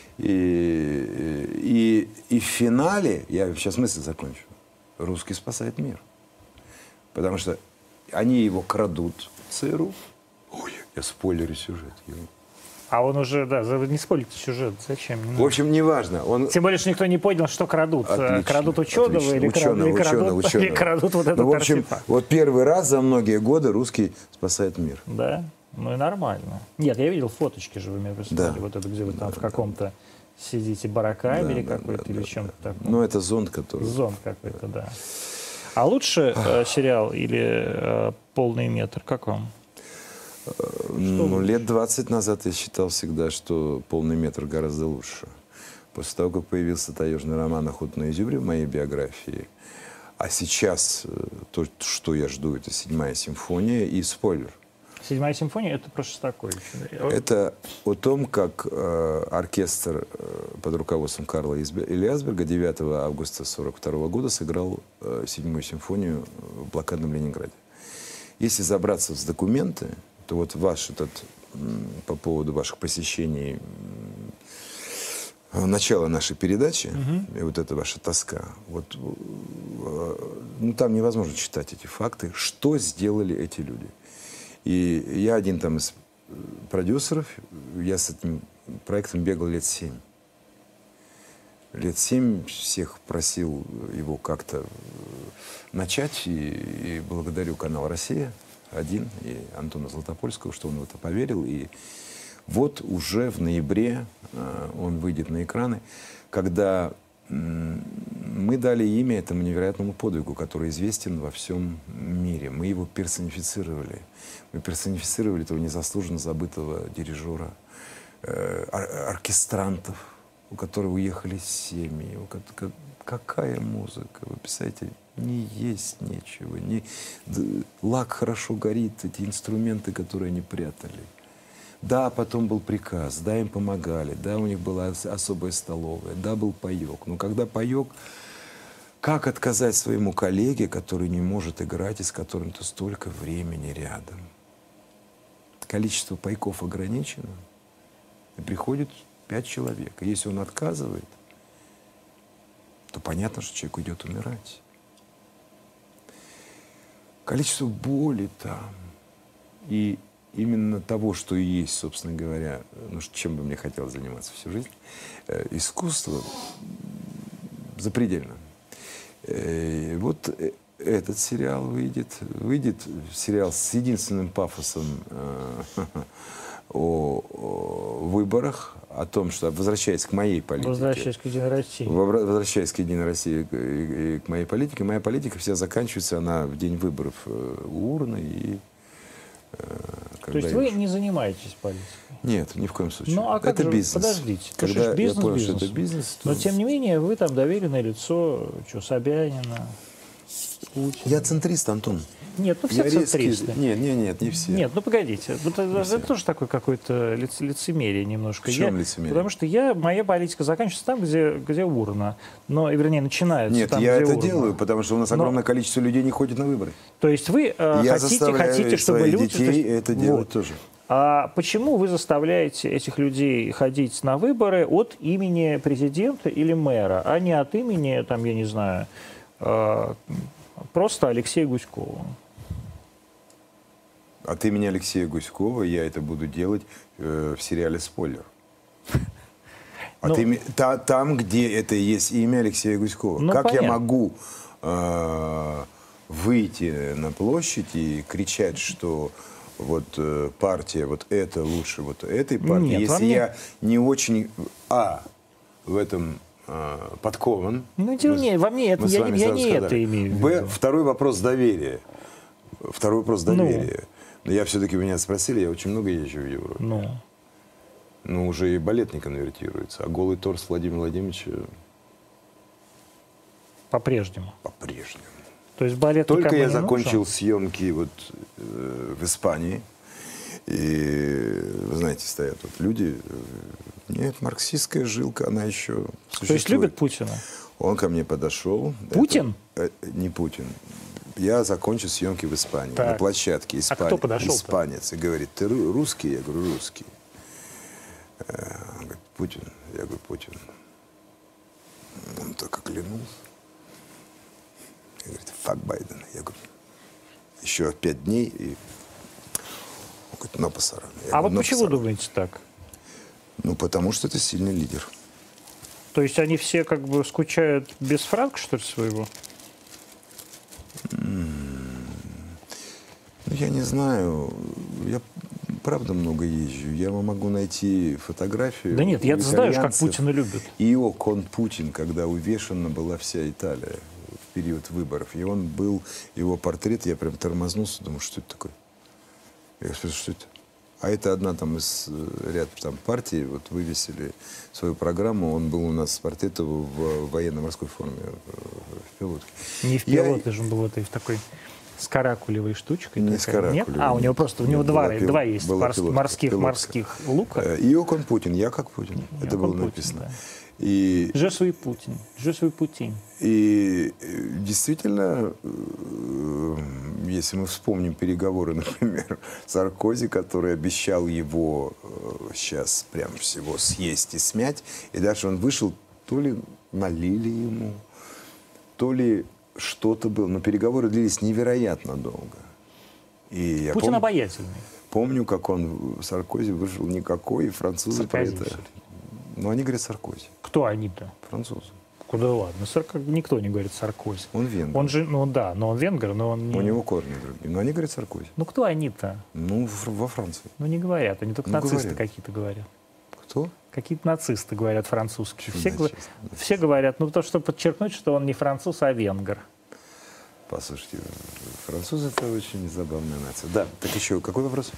И, и, и в финале, я сейчас мысль закончу, русский спасает мир. Потому что они его крадут, ЦРУ. Ой, я спойлерю сюжет. А он уже, да, не спойлерите сюжет, зачем? В общем, неважно. Он... Тем более, что никто не понял, что крадут. Отлично, крадут ученого, отлично. Или, ученого, или, ученого, крадут, ученого. или крадут вот этот ну, в общем, артефакт. Вот первый раз за многие годы русский спасает мир. Да, ну и нормально. Нет, я видел фоточки же, вы мне прислали, да. вот это, где вы там да, в каком-то да. сидите барокамере да, какой-то да, или да, чем-то да. таком. Ну, это зонд, который... Зонд какой-то, да. А лучше э, сериал или э, полный метр? Как вам? Ну, лет двадцать назад я считал всегда, что полный метр гораздо лучше. После того, как появился таежный роман «Охота на изюбря» в моей биографии, а сейчас то, что я жду, это «Седьмая симфония» и спойлер. «Седьмая симфония» — это про Шостаковича. Это о том, как э, оркестр э, под руководством Карла Ильясберга девятого августа сорок второго года сыграл э, «Седьмую симфонию» в блокадном Ленинграде. Если забраться в документы, то вот ваш этот, по поводу ваших посещений, начала нашей передачи, угу. и вот эта ваша тоска, вот, ну, там невозможно читать эти факты, что сделали эти люди. И я один там из продюсеров, я с этим проектом бегал лет семь. Лет семь всех просил его как-то начать, и, и благодарю канал «Россия» один и Антона Златопольского, что он в это поверил. И вот уже в ноябре э, он выйдет на экраны, когда э, мы дали имя этому невероятному подвигу, который известен во всем мире. Мы его персонифицировали. Мы персонифицировали этого незаслуженно забытого дирижера, э, ор оркестрантов, у которых уехали семьи. У которых... Какая музыка, вы представляете? Не есть нечего, не... лак хорошо горит, эти инструменты, которые они прятали. Да, потом был приказ, да, им помогали, да, у них была особая столовая, да, был паёк. Но когда паёк, как отказать своему коллеге, который не может играть и с которым ты столько времени рядом? Количество пайков ограничено, и приходит пять человек. И если он отказывает, то понятно, что человек уйдет умирать. Количество боли там. И именно того, что и есть, собственно говоря, ну, чем бы мне хотелось заниматься всю жизнь, э, искусство запредельно. Э, вот этот сериал выйдет. Выйдет сериал с единственным пафосом э, о, о выборах, о том, что, возвращаясь к моей политике... Возвращаясь к «Единой России». Возвращаясь к «Единой России» и, и к моей политике, моя политика вся заканчивается, она в день выборов у урны. И, То есть вы не занимаетесь политикой? Нет, ни в коем случае. Ну, а как это же, бизнес. Подождите, Когда это бизнес, я понял, бизнес. что это бизнес, то... Но, тем не менее, вы там доверенное лицо, что, Собянина, Путина. Я центрист, Антон. Нет, ну все я центристы. Резкий... Нет, нет, нет, не все. Нет, ну погодите, это, это тоже такое какое-то лиц, лицемерие немножко. В чем я, лицемерие? Потому что я, моя политика заканчивается там, где, где урна. Но, вернее, начинается Нет, там, я где это урна. делаю, потому что у нас Но... огромное количество людей не ходит на выборы. То есть вы э, я хотите, хотите, чтобы своих люди... детей то есть, это делать вот. тоже. А почему вы заставляете этих людей ходить на выборы от имени президента или мэра, а не от имени, там, я не знаю, э, просто Алексея Гуськова? От имени Алексея Гуськова я это буду делать э, в сериале «Спойлер». От ну, имя, та, там, где это есть имя Алексея Гуськова. Ну, как понятно. я могу э, выйти на площадь и кричать, что вот э, партия, вот это лучше вот этой партии, Нет, если вам не- я не очень, а, в этом э, подкован. Ну, тем не менее, во мне это, мы с я, вами не- я сразу не сказали. это имею в Б, виду. второй вопрос доверия. Второй вопрос Ну. доверия. Но я все-таки, меня спросили, я очень много езжу в Европе. Ну, Ну, уже и балет не конвертируется, а голый торс Владимира Владимировича по-прежнему. по-прежнему. То есть балет Только никому я не закончил нужен? съемки вот э, в Испании, и, вы знаете, стоят вот люди, э, нет, марксистская жилка, она еще существует. То есть любит Путина? Он ко мне подошел. Путин? Это, э, не Путин. Я закончил съемки в Испании, Так. на площадке. Испани... А кто подошел-то? Испанец. И говорит, ты ру- русский? Я говорю, русский. Э, Он говорит, Путин. Я говорю, Путин. Он так оглянулся. И говорит, фак Байден. Я говорю, еще пять дней. И... Он говорит, на пасаран. Я А говорю, вот «На почему пасаран». думаете так? Ну, потому что это сильный лидер. То есть они все как бы скучают без франка, что ли, своего? Ну, я не знаю. Я правда много езжу. Я вам могу найти фотографию. Да нет, у я знаю, как итальянцев. Путина любят. Ио кон Путин, когда увешана была вся Италия в период выборов. И он был, его портрет, я прям тормознулся, думаю, что это такое? Я спрашиваю, что это? А это одна там из э, ряд там, партий, вот вывесили свою программу, он был у нас с портрета в, в военно-морской форме, в, в пилотке. Не в Я- пилот, же он был в этой в такой с каракулевой штучкой. Не с такая. Нет? каракулевой, А, у него нет. просто, у Нет, него была два, пил- два есть была морс- пилотка, морских, пилотка. морских лука. Э, Ио кон Путин, я как Путин. Это было Путин, написано. да. И Je suis Путин. Je suis Путин. И э, действительно, э, если мы вспомним переговоры, например, Саркози, который обещал его сейчас прям всего съесть и смять, и дальше он вышел, то ли налили ему, то ли что-то было. Но переговоры длились невероятно долго. И я Путин пом- обаятельный. помню, как он, Саркози, вышел никакой, и французы про Саркози это... всё-таки. Ну, они говорят Саркози, Кто они-то? французы. Куда ладно? Сарко- Никто не говорит Саркози. Он венгер. Он же, ну да, но он венгер, но он не... У него корни другие. Но они говорят Саркози. Ну кто они-то? Ну, в- во Франции. Ну не говорят, они только Ну, нацисты говорят. какие-то говорят. Кто? Какие-то нацисты говорят французские. Что Все, значит? гва- все говорят, ну то, чтобы подчеркнуть, что он не француз, а венгер. Послушайте, французы это очень забавная нация. Да, так еще какой вопрос?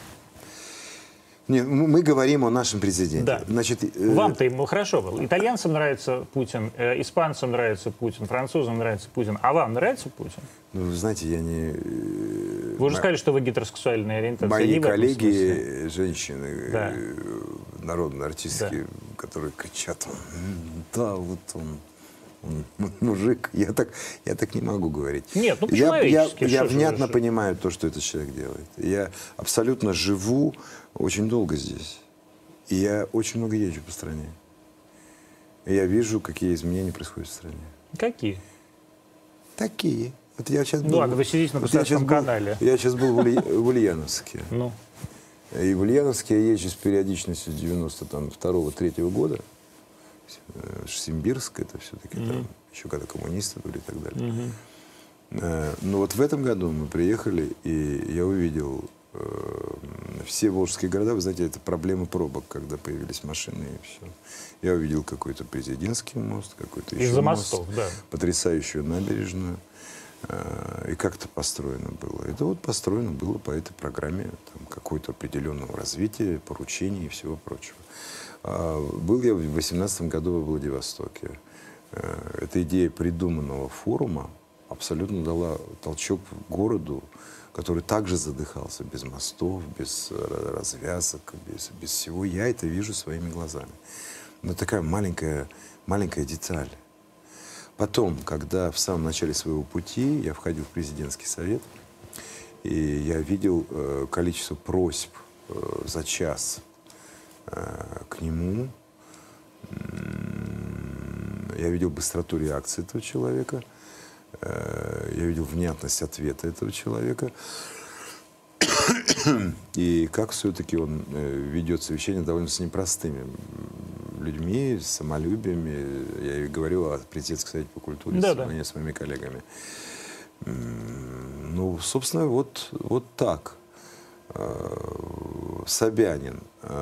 Нет, мы мы говорим о нашем президенте. Да. Значит, э, Вам-то ему хорошо было. Итальянцам нравится Путин, э, испанцам нравится Путин, французам нравится Путин. А вам нравится Путин? ну, вы знаете, я не... э, Вы уже мо- сказали, что вы гетеросексуальная ориентация. Мои Не в этом смысле. коллеги, женщины, Да. э, народные артистки, которые кричат, «М, да, вот он, он мужик. Я так, я так не могу говорить. Нет, ну, я, я, по-человечески, я что же внятно вы же. понимаю то, что этот человек делает. Я абсолютно живу очень долго здесь. И я очень много езжу по стране. И я вижу, какие изменения происходят в стране. Какие? Такие. Вот я сейчас Ну ладно, вы сидите на вот я сейчас государственном был- канале. Я сейчас был в, Улья- в Ульяновске. Ну, И в Ульяновске я езжу с периодичностью с девяносто второго-третьего года. Э, Симбирск, это все-таки там, еще когда коммунисты были и так далее. Э, Но вот в этом году мы приехали, и я увидел э, все волжские города. Вы знаете, это проблема пробок, когда появились машины и все. Я увидел какой-то президентский мост, какой-то еще из-за мост, мостов, да. потрясающую набережную. Э, И как это построено было? Это вот построено было по этой программе там, какого-то определенного развития, поручений и всего прочего. А был я в две тысячи восемнадцатом году во Владивостоке. Э, Эта идея придуманного форума абсолютно дала толчок городу, который также задыхался без мостов, без э, развязок, без, без всего. Я это вижу своими глазами. Но такая маленькая, маленькая деталь. Потом, когда в самом начале своего пути я входил в президентский совет, и я видел э, количество просьб э, за час э, к нему, М, я видел быстроту реакции этого человека, э, я видел внятность ответа этого человека, и как все-таки он э, ведет совещание довольно с непростыми людьми, с самолюбиями. Я и говорил о президентском совете по культуре Да, с, да. с моими коллегами. М, Ну, собственно, вот, вот так. Собянин.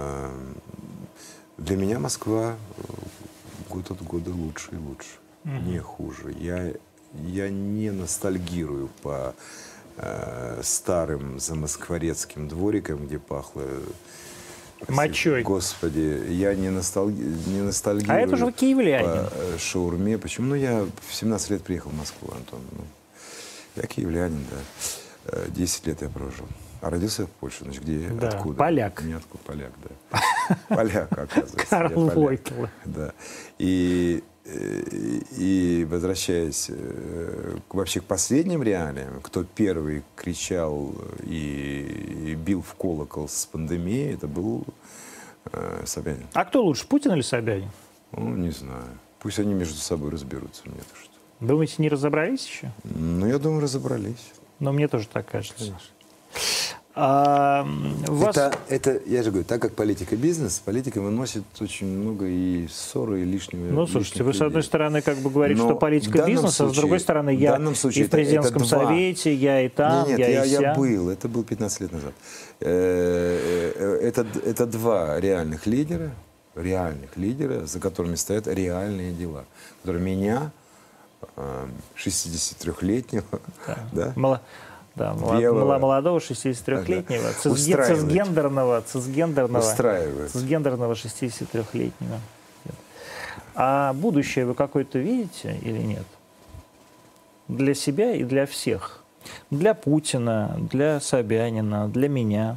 Для меня Москва год от года лучше и лучше, mm-hmm. не хуже. Я, я не ностальгирую по э, старым замоскворецким дворикам, где пахло... Мочой. Господи, я не, носталги, не ностальгирую. А это же вы киевлянин. По шаурме. Почему? Ну, я в семнадцать лет приехал в Москву, Антон. Ну, я киевлянин, да. десять лет я прожил. А родился в Польше. Значит, где? Да. Откуда? Поляк. Не откуда, поляк, да. Поляк, оказывается. Карл Войтл. Да. И, и, и возвращаясь вообще к последним реалиям, кто первый кричал и, и бил в колокол с пандемией, это был э, Собянин. А кто лучше, Путин или Собянин? Ну, не знаю. Пусть они между собой разберутся. Мне-то что. Думаете, не разобрались еще? Ну, я думаю, разобрались. Но мне тоже так кажется. А, вас... это, это, я же говорю, так как политика бизнес, политика выносит очень много и ссоры, и лишнего. Ну, слушайте, вы, людей. с одной стороны, как бы говорите, Но что политика бизнеса, случае, а с другой стороны, я и в президентском это, это совете, я и там, нет, нет, я, я и я ся. был, это был пятнадцать лет назад. Это, это два реальных лидера, реальных лидера, за которыми стоят реальные дела, которые меня, шестидесятитрёхлетнего, да. Да? Мало... Да, белого, молодого шестидесятитрёхлетнего, ага. цисгендерного, цисгендерного, цисгендерного шестидесятитрёхлетнего. А будущее вы какое-то видите или нет? Для себя и для всех. Для Путина, для Собянина, для меня.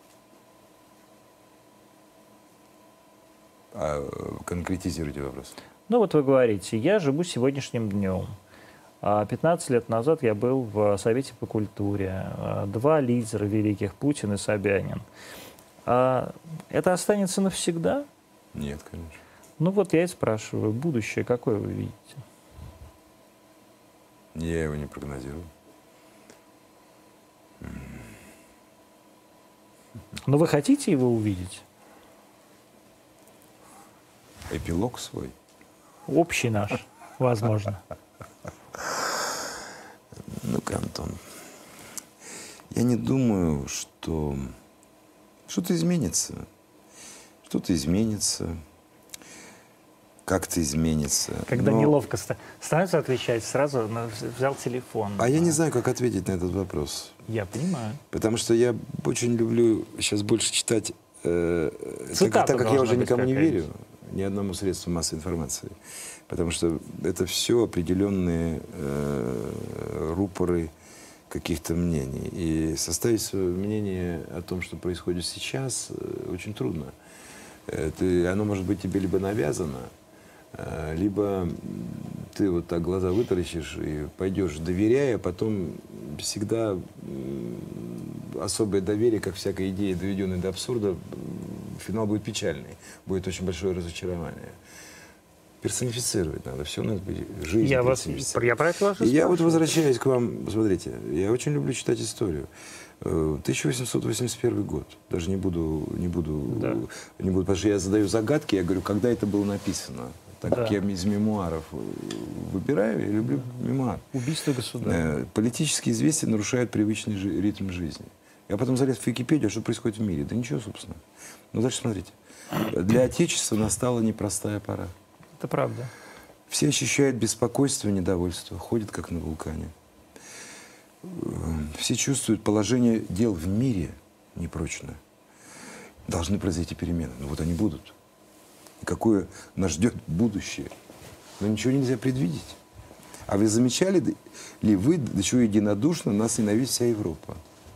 А конкретизируйте вопрос. Ну вот вы говорите, я живу сегодняшним днем. пятнадцать лет назад я был в Совете по культуре. Два лидера великих, Путин и Собянин. А это останется навсегда? Нет, конечно. Ну вот я и спрашиваю, будущее какое вы видите? Я его не прогнозирую. Но вы хотите его увидеть? Эпилог свой? Общий наш, возможно. Ну-ка, Антон, я не думаю, что что-то изменится. Что-то изменится, как-то изменится. Когда но... неловко становится отвечать, сразу взял телефон. А я не знаю, как ответить на этот вопрос. Я понимаю. Потому что я очень люблю сейчас больше читать, э, так, так как я уже никому не верю, ни одному средству массовой информации. Потому что это все определенные э, рупоры каких-то мнений. И составить свое мнение о том, что происходит сейчас, э, очень трудно. Это, оно может быть тебе либо навязано, э, либо ты вот так глаза вытаращишь и пойдешь, доверяя, а потом всегда э, особое доверие, как всякая идея, доведенная до абсурда, финал будет печальный. Будет очень большое разочарование. Персонифицировать надо, все надо быть жизнь. Я, вас, я про это вас и я вот возвращаюсь к вам, смотрите, я очень люблю читать историю. тысяча восемьсот восемьдесят первый год, даже не буду, не буду, да. не буду, потому что я задаю загадки, я говорю, когда это было написано. Так да. как я из мемуаров выбираю, я люблю да. мемуар. Убийство государя. Политические известия нарушают привычный жи- ритм жизни. Я потом залез в Википедию, что происходит в мире. Да ничего, собственно. Ну, дальше смотрите. Для Отечества настала непростая пора. Это правда. Все ощущают беспокойство и недовольство, ходят как на вулкане. Все чувствуют положение дел в мире непрочное. Должны произойти перемены. Ну вот они будут. И какое нас ждет будущее? Но ничего нельзя предвидеть. А вы замечали ли вы, до чего единодушно нас ненавидит вся Европа?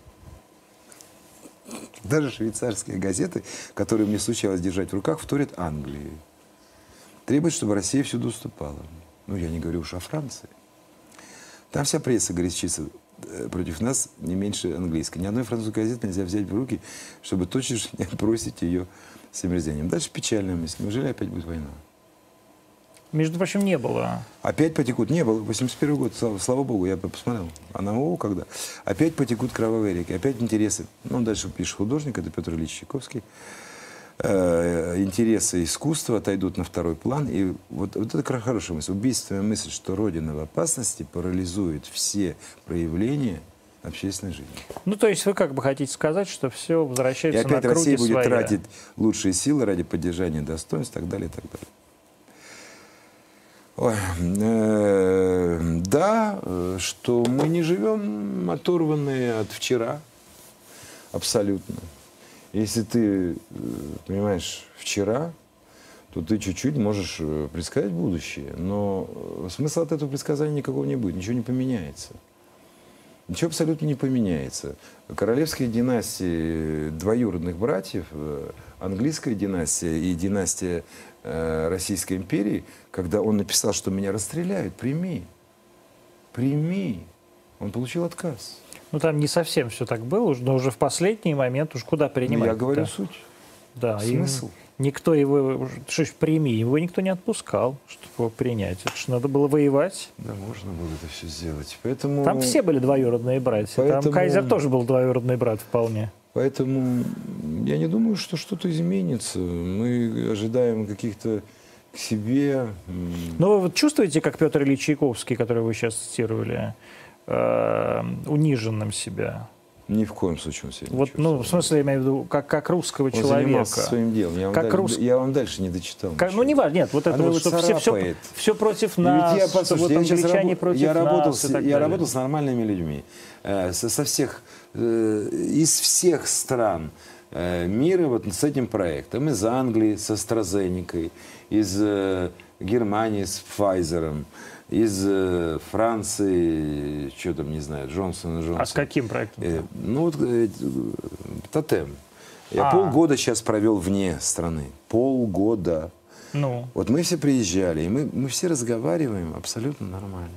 Даже швейцарские газеты, которые мне случалось держать в руках, вторят Англии. Требует, чтобы Россия всюду уступала. Ну, я не говорю уж о Франции. Там вся пресса горячится против нас не меньше английской. Ни одной французской газеты нельзя взять в руки, чтобы тотчас же не отбросить ее с омерзением. Дальше печальная мысль. Неужели опять будет война? Между прочим, не было. Опять потекут. Не было. восемьдесят первый год, слава, слава богу, я посмотрел. А на о, когда? Опять потекут кровавые реки. Опять интересы. Ну, дальше пишет художник, это Петр Ильич Чайковский. Интересы искусства отойдут на второй план. И вот, вот это хорошая мысль. Убийственная мысль, что Родина в опасности, парализует все проявления общественной жизни. Ну, то есть вы как бы хотите сказать, что все возвращается и опять на круги Россия будет своя. тратить лучшие силы ради поддержания достоинств и так далее, и так далее. Ой, э, да, э, что мы не живем оторванные от вчера, абсолютно. Если ты, э, понимаешь, вчера, то ты чуть-чуть можешь предсказать будущее, но смысла от этого предсказания никакого не будет, ничего не поменяется. Ничего абсолютно не поменяется. Королевские династии двоюродных братьев, английская династия и династия э, Российской империи, когда он написал, что меня расстреляют, прими, прими, он получил отказ. Ну, там не совсем все так было, но уже в последний момент уж куда принимать. Ну, я говорю да. суть. Да, Смысл. Никто его, что ж, прими, его никто не отпускал, чтобы его принять. Это ж надо было воевать. Да, можно было это все сделать. Поэтому... Там все были двоюродные братья. Поэтому... Там Кайзер тоже был двоюродный брат вполне. Поэтому я не думаю, что что-то изменится. Мы ожидаем каких-то к себе... Но вы вот чувствуете, как Петр Ильич Чайковский, который вы сейчас цитировали, э, униженным себя? Ни в коем случае он себя не Вот, ну, в смысле, я имею в виду, как, как русского он человека. занимался своим делом. Я вам, Как даль... рус... я вам дальше не дочитал. Как, ну, не важно, нет, вот это Оно вот, его что все, все, все против нас, я, что вот я сейчас англичане раб... против я работал, нас с, и так я далее. работал с нормальными людьми. Э, со, со всех, э, из всех стран э, мира вот с этим проектом. Из Англии с AstraZeneca, из э, Германии с Pfizer, из э, Франции, что там, не знаю, Джонсон и Джонсон. А с каким проектом? Э, ну, вот э, Тотем. Я А. полгода сейчас провел вне страны. Полгода. Ну. Вот мы все приезжали, и мы, мы все разговариваем абсолютно нормально.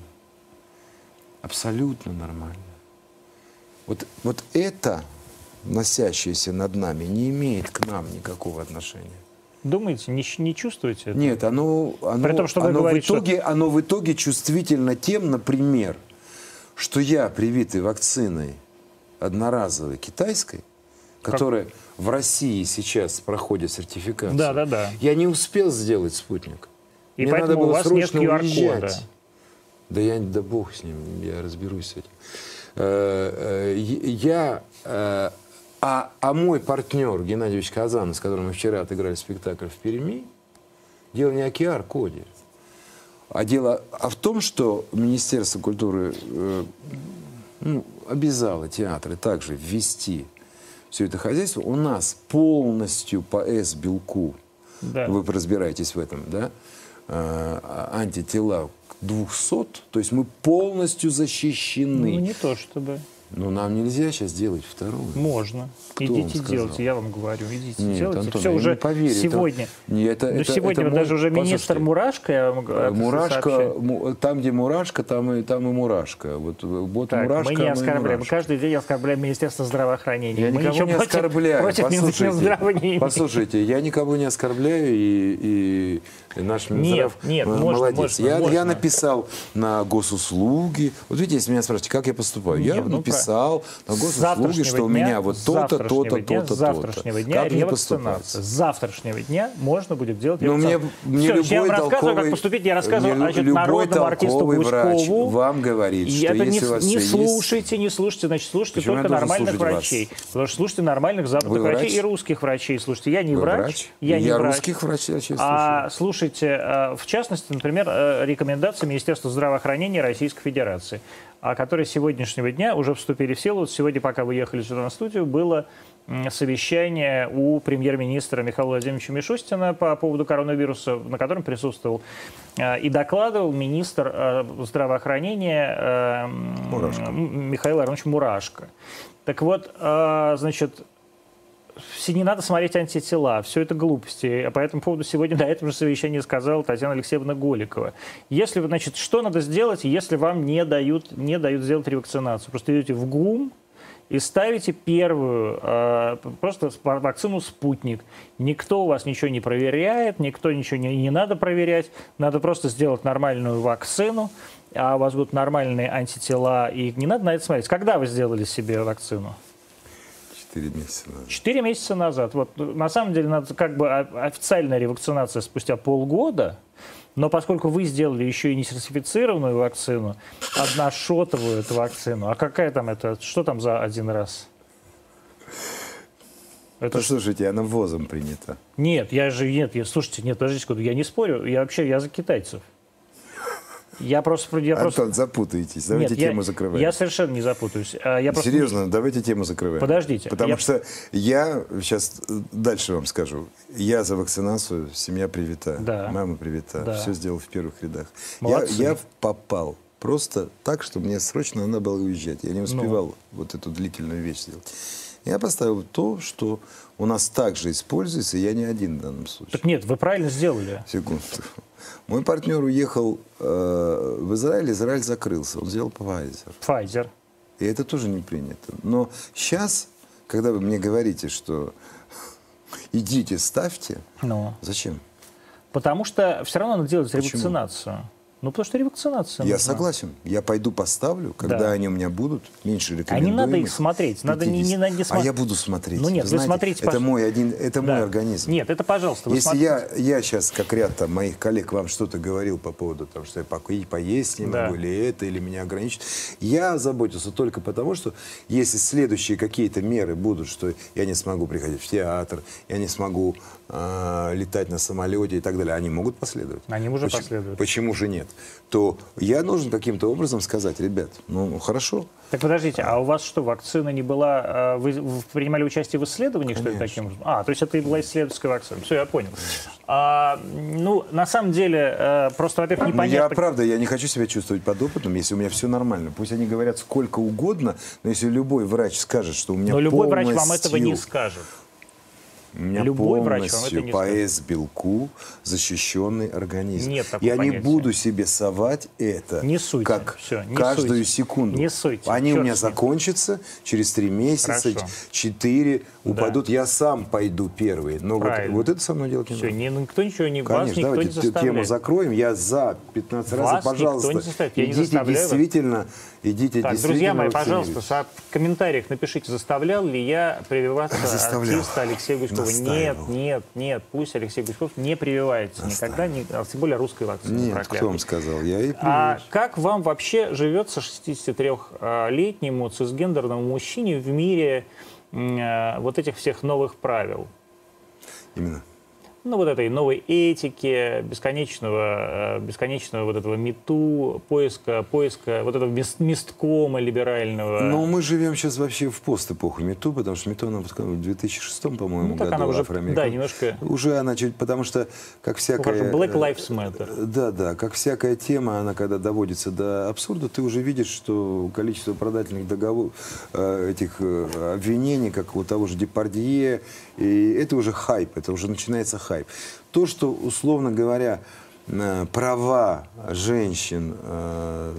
Абсолютно нормально. Вот, вот это, носящееся над нами, не имеет к нам никакого отношения. Думаете, не, не чувствуете это? Нет, оно, оно, При том, что вы оно, в говорите, итоге, что... оно в итоге чувствительно тем, например, что я, привитый вакциной одноразовой китайской, которая как? в России сейчас проходит сертификацию, да, да, да. я не успел сделать спутник. И Мне поэтому надо было у вас нет срочно ку ар кода. уезжать. Да я, да бог с ним, я разберусь с этим. Я... А, а мой партнер Геннадий Ильич Казанов, с которым мы вчера отыграли спектакль в Перми, дело не о ку ар коде, а дело а в том, что Министерство культуры э, ну, обязало театры также ввести все это хозяйство. У нас полностью по С-белку, да. Вы разбираетесь в этом, да, э, антитела к двухсот, то есть мы полностью защищены. Ну, не то чтобы... Но нам нельзя сейчас делать вторую. Можно. Кто идите делайте, я вам говорю, идите Нет, делайте. Антон, все я уже не поверю. сегодня. Это, не, это, ну, это, сегодня это даже мой, уже министр послушайте, Мурашко, я вам говорю, Мурашко, му, там, где Мурашко, там и, там и Мурашко. Вот, вот так, Мурашко, мы не оскорбляем. Мы Мурашко. каждый день оскорбляем Министерство здравоохранения. Я мы никого не против, оскорбляю. Против Минздрава не имеем. Послушайте, я никого не оскорбляю, и, и наш Минздрав нет, нет, молодец. Можно, можно, я, можно. я написал на госуслуги. Вот видите, если меня спрашиваете, как я поступаю, нет, я ну, написал на госуслуги, что у меня вот то-то, то-то, то-то, с завтрашнего дня как ревакцинация. С завтрашнего дня можно будет делать Но ревакцинацию. мне, мне Все, я вам рассказываю, как поступить. Я рассказывал, значит, народному артисту Гуськову. Вам говорит, и что это если не, у вас не все слушайте, есть... не слушайте, значит, слушайте Почему только нормальных врачей. Вас? Потому что слушайте нормальных западных Вы врачей врач? и русских врачей. Слушайте, я не Вы врач, врач? я, я не врач. русских врачей слушаю. А слушайте, в частности, например, рекомендации Министерства здравоохранения Российской Федерации, которые с сегодняшнего дня уже вступили в силу. Сегодня, пока вы ехали сюда на студию, было совещание у премьер-министра Михаила Владимировича Мишустина по поводу коронавируса, на котором присутствовал и докладывал министр здравоохранения Мурашко. Михаил Аронович Мурашко. Так вот, значит, не надо смотреть антитела, все это глупости. По этому поводу сегодня на этом же совещании сказала Татьяна Алексеевна Голикова. Если, значит, что надо сделать, если вам не дают, не дают сделать ревакцинацию? Просто идете в ГУМ и ставите первую, э, просто вакцину «Спутник». Никто у вас ничего не проверяет, никто ничего не, не надо проверять. Надо просто сделать нормальную вакцину, а у вас будут нормальные антитела, и не надо на это смотреть. Когда вы сделали себе вакцину? Четыре месяца назад. Четыре месяца назад. Вот, на самом деле, надо как бы официальная ревакцинация спустя полгода. Но поскольку вы сделали еще и не сертифицированную вакцину, одношотовую эту вакцину, а какая там это, что там за один раз? Это ну, слушайте, она ВОЗом принята. Нет, я же, нет, я, слушайте, нет, подождите секунду, я не спорю, я вообще, я за китайцев. Я просто... Я Антон, просто... запутаетесь, давайте Нет, тему я, закрываем. Я совершенно не запутаюсь. Я просто... Серьезно, давайте тему закрываем. Подождите. Потому я... что я, сейчас дальше вам скажу, я за вакцинацию, семья привита, да. мама привита, да. все сделал в первых рядах. Я, я попал просто так, что мне срочно надо было уезжать. Я не успевал ну. вот эту длительную вещь сделать. Я поставил то, что у нас также используется, и я не один в данном случае. Так нет, вы правильно сделали. Секунду. Мой партнер уехал э, в Израиль, Израиль закрылся. Он сделал Pfizer. Pfizer. И это тоже не принято. Но сейчас, когда вы мне говорите, что идите, ставьте, ну. зачем? Потому что все равно надо делать Почему? ревакцинацию. Ну, потому что ревакцинация Я нужна. согласен. Я пойду поставлю, когда да. они у меня будут, меньше А не надо их смотреть. Надо не, не, не см... А я буду смотреть. Ну нет, вы, вы знаете, смотрите, это мой, один, это да. мой организм. Нет, это пожалуйста. Вы Если смотрите. я, я сейчас, как ряд там, моих коллег, вам что-то говорил по поводу того, что я покоить, поесть не да. могу, или это, или меня ограничить, я заботился только потому, что если следующие какие-то меры будут, что я не смогу приходить в театр, я не смогу э, летать на самолете и так далее, они могут последовать. Они уже почему, последуют. Почему же нет? То я должен каким-то образом сказать, ребят, ну хорошо. Так подождите, а у вас что, вакцина не была, вы, вы принимали участие в исследованиях, что ли, таким образом? А, то есть это и была исследовательская вакцина. Все, я понял. А, ну, на самом деле, просто, во-первых, непонятно... Я, правда, я не хочу себя чувствовать подопытным, если у меня все нормально. Пусть они говорят сколько угодно, но если любой врач скажет, что у меня Но любой полностью... врач вам этого не скажет. У меня Любой врач вам это не по С-белку защищенный организм. Нет такого Я понятия. не буду себе совать это не суйте. как Все, не каждую суйте. секунду. Не суйте. Они Черт у меня закончатся через три месяца, Хорошо. четыре упадут. Да. Я сам пойду первый. Но вот, вот это со мной делать не Все, надо. Не, никто ничего не... Конечно, вас никто давайте не заставляет. тему закроем. Я за пятнадцать раз. Вас Пожалуйста, никто не заставляет. Я не идите заставляю действительно, идите так, действительно. друзья мои, вакцинируйтесь. пожалуйста, в комментариях напишите, заставлял ли я прививаться Заставлял. артиста Алексея Гуськова. Настаивал. Нет, нет, нет, пусть Алексей Гуськов не прививается никогда, не, а тем более русской вакцины. Нет, проклятой. кто вам сказал? Я и А как вам вообще живется шестидесятитрёхлетнему цисгендерному мужчине в мире э, вот этих всех новых правил? Именно. Ну, вот этой новой этики, бесконечного, бесконечного вот этого мету, поиска, поиска вот этого месткома либерального. Но мы живем сейчас вообще в пост-эпоху мету, потому что мету она в две тысячи шестом, по-моему, ну, так году она уже, Афроамерика. да, немножко... Уже она чуть, потому что, как всякая... Black Lives Matter. Да, да, как всякая тема, она когда доводится до абсурда, ты уже видишь, что количество продательных договоров, этих обвинений, как у того же Депардье, и это уже хайп, это уже начинается хайп. То, что, условно говоря, права женщин, да,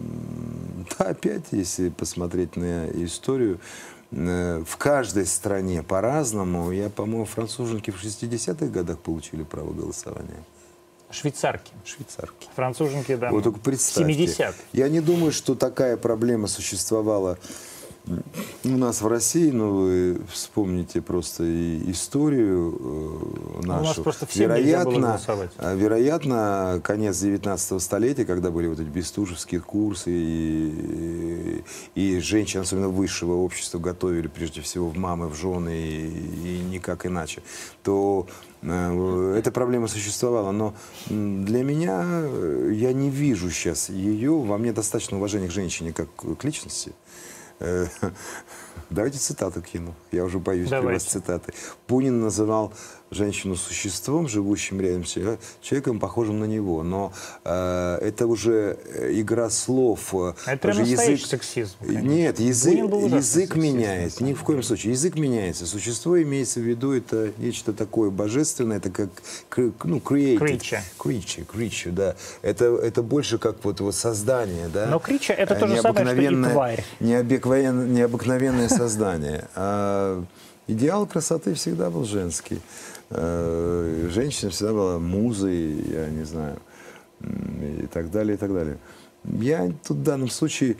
опять, если посмотреть на историю, в каждой стране по-разному. Я, по-моему, француженки в шестидесятых годах получили право голосования. Швейцарки. Швейцарки. Француженки, да. Вот только представьте. семидесятых. Я не думаю, что такая проблема существовала у нас в России, но вы вспомните просто и историю э, нашу. У нас просто всем нельзя было вероятно, голосовать. вероятно, конец девятнадцатого столетия, когда были вот эти бестужевские курсы, и, и, и женщин, особенно высшего общества, готовили прежде всего в мамы, в жены, и, и никак иначе, то э, эта проблема существовала. Но для меня, я не вижу сейчас ее, во мне достаточно уважения к женщине как к личности. Давайте цитату кину. Я уже боюсь приводить цитаты. Бунин называл женщину существом, живущим рядом с человеком, похожим на него. Но э, это уже игра слов. Это прям настоящий сексизм. Конечно. Нет, язык, язык меняется. Ни в коем случае. Язык меняется. Существо имеется в виду, это нечто такое божественное, это как, ну, created. Creature. Creature, creature, да. Это, это больше как вот, вот создание, да. Но creature это то же самое, что и тварь. Необыкновенное, необыкновенное создание. А идеал красоты всегда был женский. Женщина всегда была музой, я не знаю, и так далее, и так далее. Я тут в данном случае,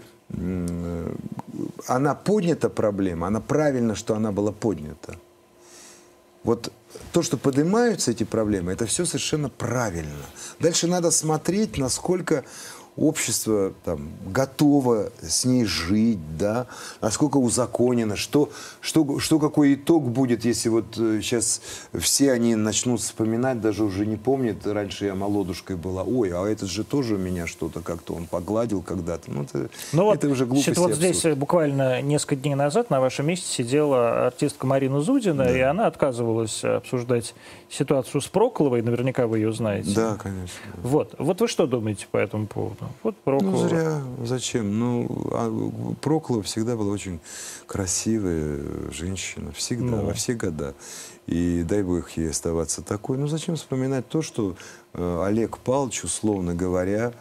она поднята проблема, она правильно, что она была поднята. Вот то, что поднимаются эти проблемы, это все совершенно правильно. Дальше надо смотреть, насколько общество там, готово с ней жить, да, насколько узаконено, что, что, что какой итог будет, если вот сейчас все они начнут вспоминать, даже уже не помнят, раньше я молодушкой была, ой, а этот же тоже у меня что-то как-то он погладил когда-то. Ну, это, ну это вот, уже глупость. Вот здесь буквально несколько дней назад на вашем месте сидела артистка Марина Зудина, да. И она отказывалась обсуждать ситуацию с Прокловой, наверняка вы ее знаете. Да, конечно. Вот, вот вы что думаете по этому поводу? Вот Проклова. Ну, зря. Зачем? Ну, а Проклова всегда была очень красивая женщина. Всегда, ну. во все года. И дай бог ей оставаться такой. Ну, зачем вспоминать то, что э, Олег Павлович, условно говоря,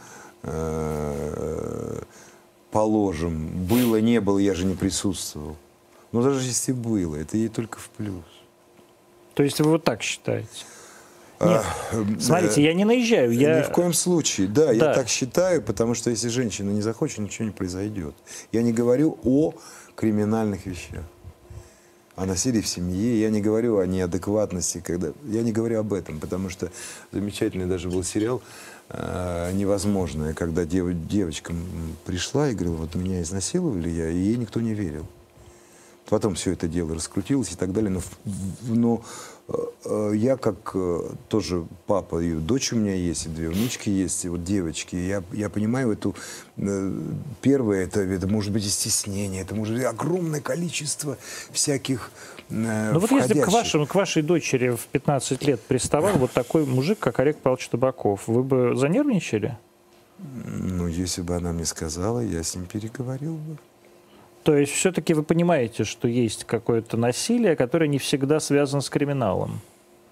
э, положим, было, не было, я же не присутствовал. Но даже если было, это ей только в плюс. То есть вы вот так считаете? Нет, смотрите, я не наезжаю. Я... Ни в коем случае. Да, да, я так считаю, потому что если женщина не захочет, ничего не произойдет. Я не говорю о криминальных вещах, о насилии в семье, я не говорю о неадекватности, когда... я не говорю об этом, потому что замечательный даже был сериал э, «Невозможное», когда дев... девочка пришла и говорила, вот меня изнасиловали я, и ей никто не верил. Потом все это дело раскрутилось и так далее. Но, но э, я как э, тоже папа, и дочь у меня есть, и две внучки есть, и вот девочки. Я, я понимаю эту... Э, первое, это, это может быть и стеснение, это может быть огромное количество всяких э, Ну вот если к, вашему, к вашей дочери в пятнадцать лет приставал вот такой мужик, как Олег Павлович Табаков, вы бы занервничали? Ну, если бы она мне сказала, я с ним переговорил бы. То есть все-таки вы понимаете, что есть какое-то насилие, которое не всегда связано с криминалом?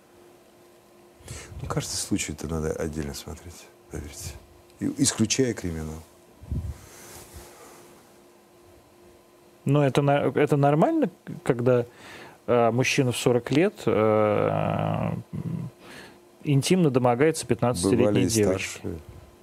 Ну, каждый случай это надо отдельно смотреть, поверьте. Исключая криминал. Но это, это нормально, когда э, мужчина в сорок лет э, интимно домогается пятнадцатилетней девочки? Старшие.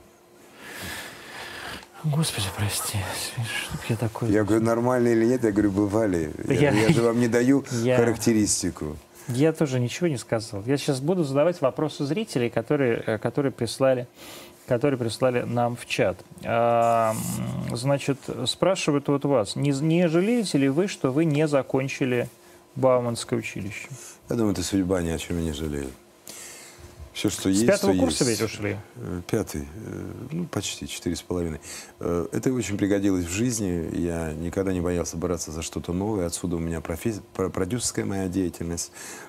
Господи, прости, что я такой... Я говорю, нормально или нет, я говорю, бывали. Я, я, я же вам не даю я, характеристику. Я тоже ничего не сказал. Я сейчас буду задавать вопросы зрителей, которые, которые, прислали, которые прислали нам в чат. А, значит, спрашивают вот вас, не, не жалеете ли вы, что вы не закончили Бауманское училище? Я думаю, это судьба, ни о чем я не жалею. Все, что есть, с пятого курса есть. Ведь ушли? Пятый, ну, почти, четыре с половиной. Это очень пригодилось в жизни. Я никогда не боялся браться за что-то новое. Отсюда у меня профессия, продюсерская моя деятельность.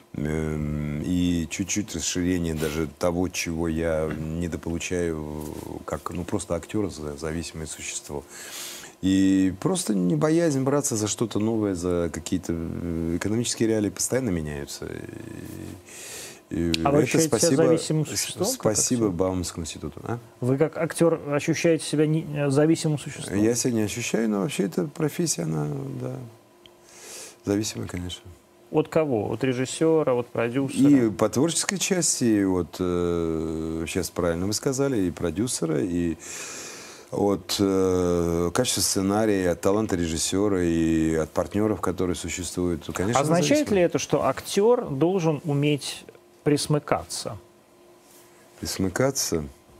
И чуть-чуть расширение даже того, чего я недополучаю, как, ну, просто актер, зависимое существо. И просто не боязнь браться за что-то новое, за какие-то экономические реалии постоянно меняются. И а вы ощущаете спасибо, себя зависимым существом? Спасибо Бауманскому институту. А? Вы как актер ощущаете себя не, зависимым существом? Я себя не ощущаю, но вообще эта профессия, она, да, зависимая, конечно. От кого? От режиссера, от продюсера? И по творческой части, от, э, сейчас правильно вы сказали, и продюсера, и от э, качества сценария, от таланта режиссера и от партнеров, которые существуют. Конечно, означает зависимо. ли это, что актер должен уметь присмыкаться? Присмыкаться?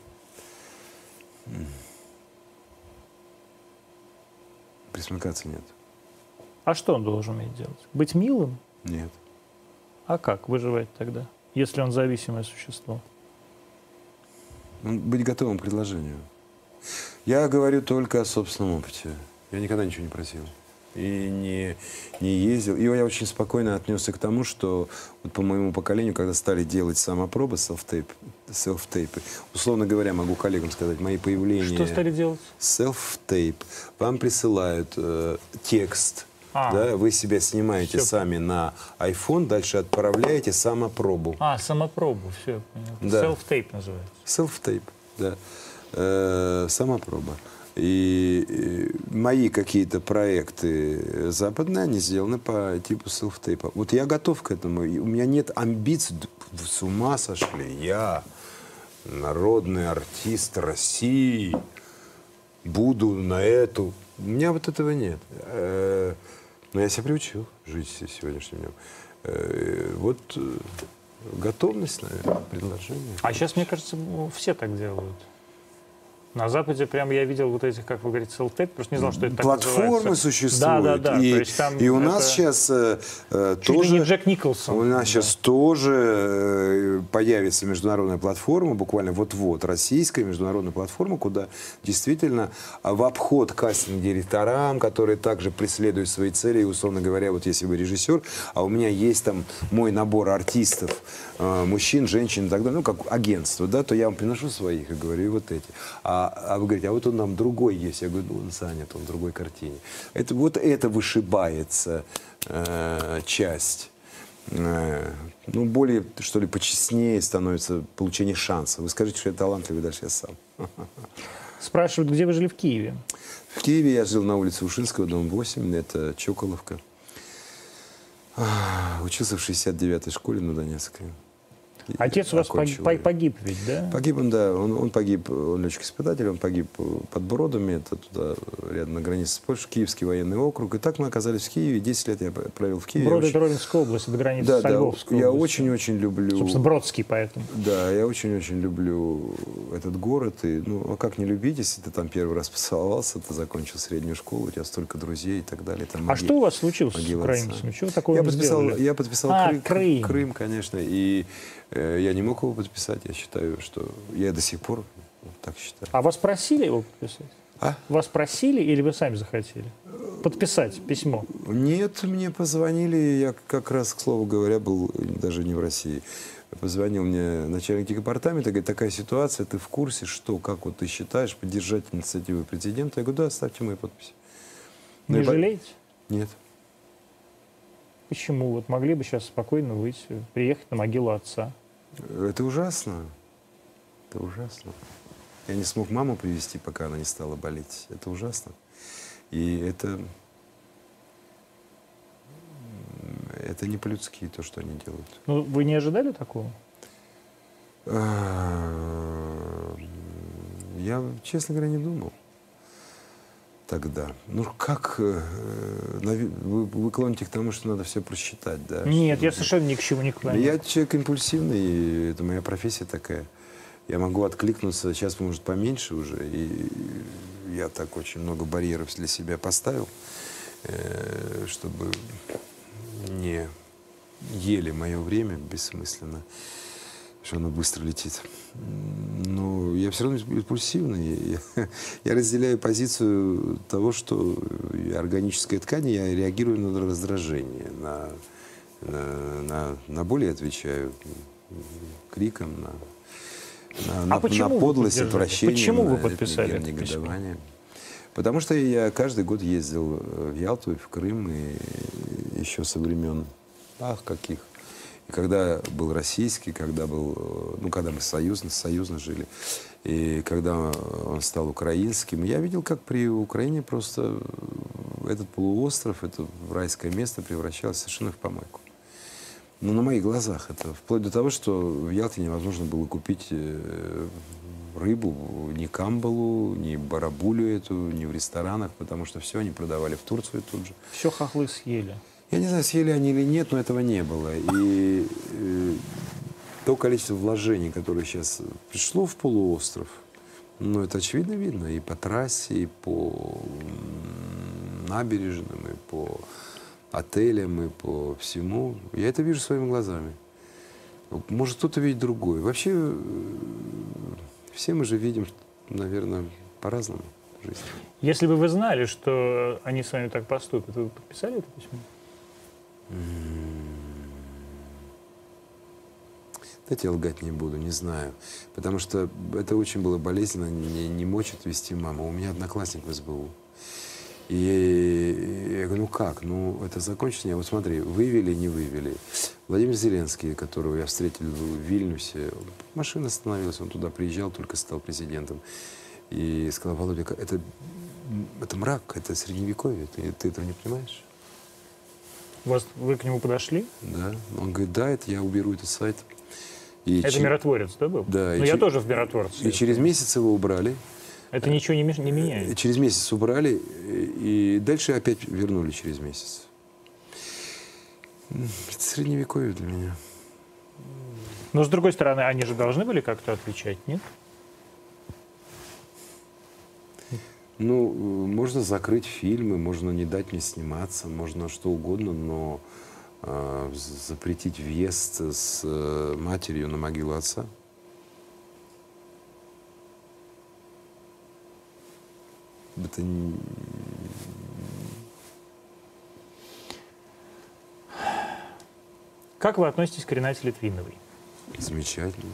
Присмыкаться нет. А что он должен уметь делать? Быть милым? Нет. А как выживать тогда, если он зависимое существо? Быть готовым к предложению. Я говорю только о собственном опыте. Я никогда ничего не просил. И не, не ездил. И я очень спокойно отнесся к тому, что вот по моему поколению, когда стали делать самопробы, селф-тейп, селф-тейпы, условно говоря, могу коллегам сказать, мои появления... Что стали делать? Селф-тейп. Вам присылают э, текст, а, да, вы себя снимаете все. Сами на iPhone, дальше отправляете самопробу. А, самопробу, все, да. Селф-тейп называется. Селф-тейп, да. Э, самопроба. И, и мои какие-то проекты западные, они сделаны по типу селф-тейпа. Вот я готов к этому. И у меня нет амбиций. С ума сошли. Я, народный артист России, буду на эту. У меня вот этого нет. Э, но я себя приучил жить сегодняшним днем. Э, вот э, готовность, наверное, предложение. А сейчас, мне кажется, ну, все так делают. На Западе прям я видел вот этих, как вы говорите, селтек, просто не знал, что это так Платформы называется. существуют. Да, да, да. И, То есть там и у это нас сейчас э, э, чуть тоже... ли не Джек Николсон. У нас Да. сейчас тоже э, появится международная платформа, буквально вот-вот, российская международная платформа, куда действительно а, в обход кастинг-директорам, которые также преследуют свои цели, и, условно говоря, вот если вы режиссер, а у меня есть там мой набор артистов, э, мужчин, женщин и так далее, ну, как агентство, да, то я вам приношу своих и говорю, и вот эти. А, а вы говорите, а вот он нам другой есть. Я говорю, ну, он занят, он в другой картине. Это, вот это вышибается э, часть. Э, ну, более, что ли, почестнее становится получение шанса. Вы скажите, что я талантливый, дальше я сам. Спрашивают, где вы жили в Киеве? В Киеве я жил на улице Ушинского, дом восемь, это Чоколовка. Учился в шестьдесят девятой школе на Донецкой. Отец у вас погиб, погиб ведь, да? Погиб он, да. Он, он погиб, он летчик-испытатель, он погиб под Бродами, это туда, рядом на границе с Польшей, Киевский военный округ. И так мы оказались в Киеве. десять лет я провел в Киеве. Броды — очень... это Ровенская область, это граница да, с Львовской да, я областью. очень-очень люблю... Собственно, Бродский поэтому. Да, я очень-очень люблю этот город. И, ну, а как не любить, если ты там первый раз поцеловался, ты закончил среднюю школу, у тебя столько друзей и так далее. Там а моги... что у вас случилось с украинцами? Чего такого я вы подписал, сделали? я подписал а, Крым, Крым. Крым, конечно. И э, я не мог его подписать. Я считаю, что я до сих пор так считаю. А вас просили его подписать? А? Вас просили или вы сами захотели подписать письмо? Нет, мне позвонили, я как раз, к слову говоря, был даже не в России. Позвонил мне начальник департамента, говорит, такая ситуация, ты в курсе, что, как вот ты считаешь, поддержать инициативу президента? Я говорю, да, ставьте мои подписи. Не Ну, жалеете? Нет. Почему? Вот могли бы сейчас спокойно выйти, приехать на могилу отца. Это ужасно. Это ужасно. Я не смог маму привезти, пока она не стала болеть. Это ужасно. И это... Это не по-людски, то, что они делают. Ну, вы не ожидали такого? Я, честно говоря, не думал тогда. Ну, как... Вы, вы клоните к тому, что надо все просчитать, да? Нет, что я совершенно ни к чему не клоню. Я человек импульсивный, и это моя профессия такая. Я могу откликнуться, сейчас, может, поменьше уже, и я так очень много барьеров для себя поставил, чтобы не ели мое время бессмысленно, что оно быстро летит. Но я все равно импульсивный. Я, я разделяю позицию того, что органическая ткань, я реагирую на раздражение, на, на, на, на боль я отвечаю криком, на, на, а на, на подлость, отвращение, почему на вы подписали это негодование. Письмо? Потому что я каждый год ездил в Ялту и в Крым, и еще со времен, ах, каких. И когда был российский, когда был, ну, когда мы союзно, союзно жили, и когда он стал украинским, я видел, как при Украине просто этот полуостров, это райское место превращалось совершенно в помойку. Ну, на моих глазах это. Вплоть до того, что в Ялте невозможно было купить рыбу, ни камбалу, ни барабулю эту, ни в ресторанах, потому что все они продавали в Турцию тут же. Все хохлы съели. Я не знаю, съели они или нет, но этого не было. И э, то количество вложений, которое сейчас пришло в полуостров, ну, это очевидно видно и по трассе, и по набережным, и по отелям, и по всему. Я это вижу своими глазами. Может, кто-то видит другое. Вообще, все мы же видим, наверное, по-разному жизнь. Если бы вы знали, что они с вами так поступят, вы бы подписали это письмо? Дайте я лгать не буду, не знаю. Потому что это очень было болезненно, не, не мочь отвезти маму. У меня одноклассник в эс бэ у. И я говорю, ну как? Ну, это закончится? Вот смотри, вывели, не вывели. Владимир Зеленский, которого я встретил в Вильнюсе, машина остановилась, он туда приезжал, только стал президентом. И сказал, Володя, это, это мрак, это средневековье, ты, ты этого не понимаешь? Вас, вы к нему подошли? Да. Он говорит, да, это я уберу этот сайт. И это че... миротворец, да, был? Да. Но я че... тоже в миротворце. И через месяц его убрали. Это ничего не, меш... не меняет. И через месяц убрали, и дальше опять вернули через месяц. Это средневековье для меня. Но, с другой стороны, они же должны были как-то отвечать, нет? Ну, можно закрыть фильмы, можно не дать мне сниматься, можно что угодно, но э, запретить въезд с э, матерью на могилу отца. Это не... Как вы относитесь к Ренате Литвиновой? Замечательно.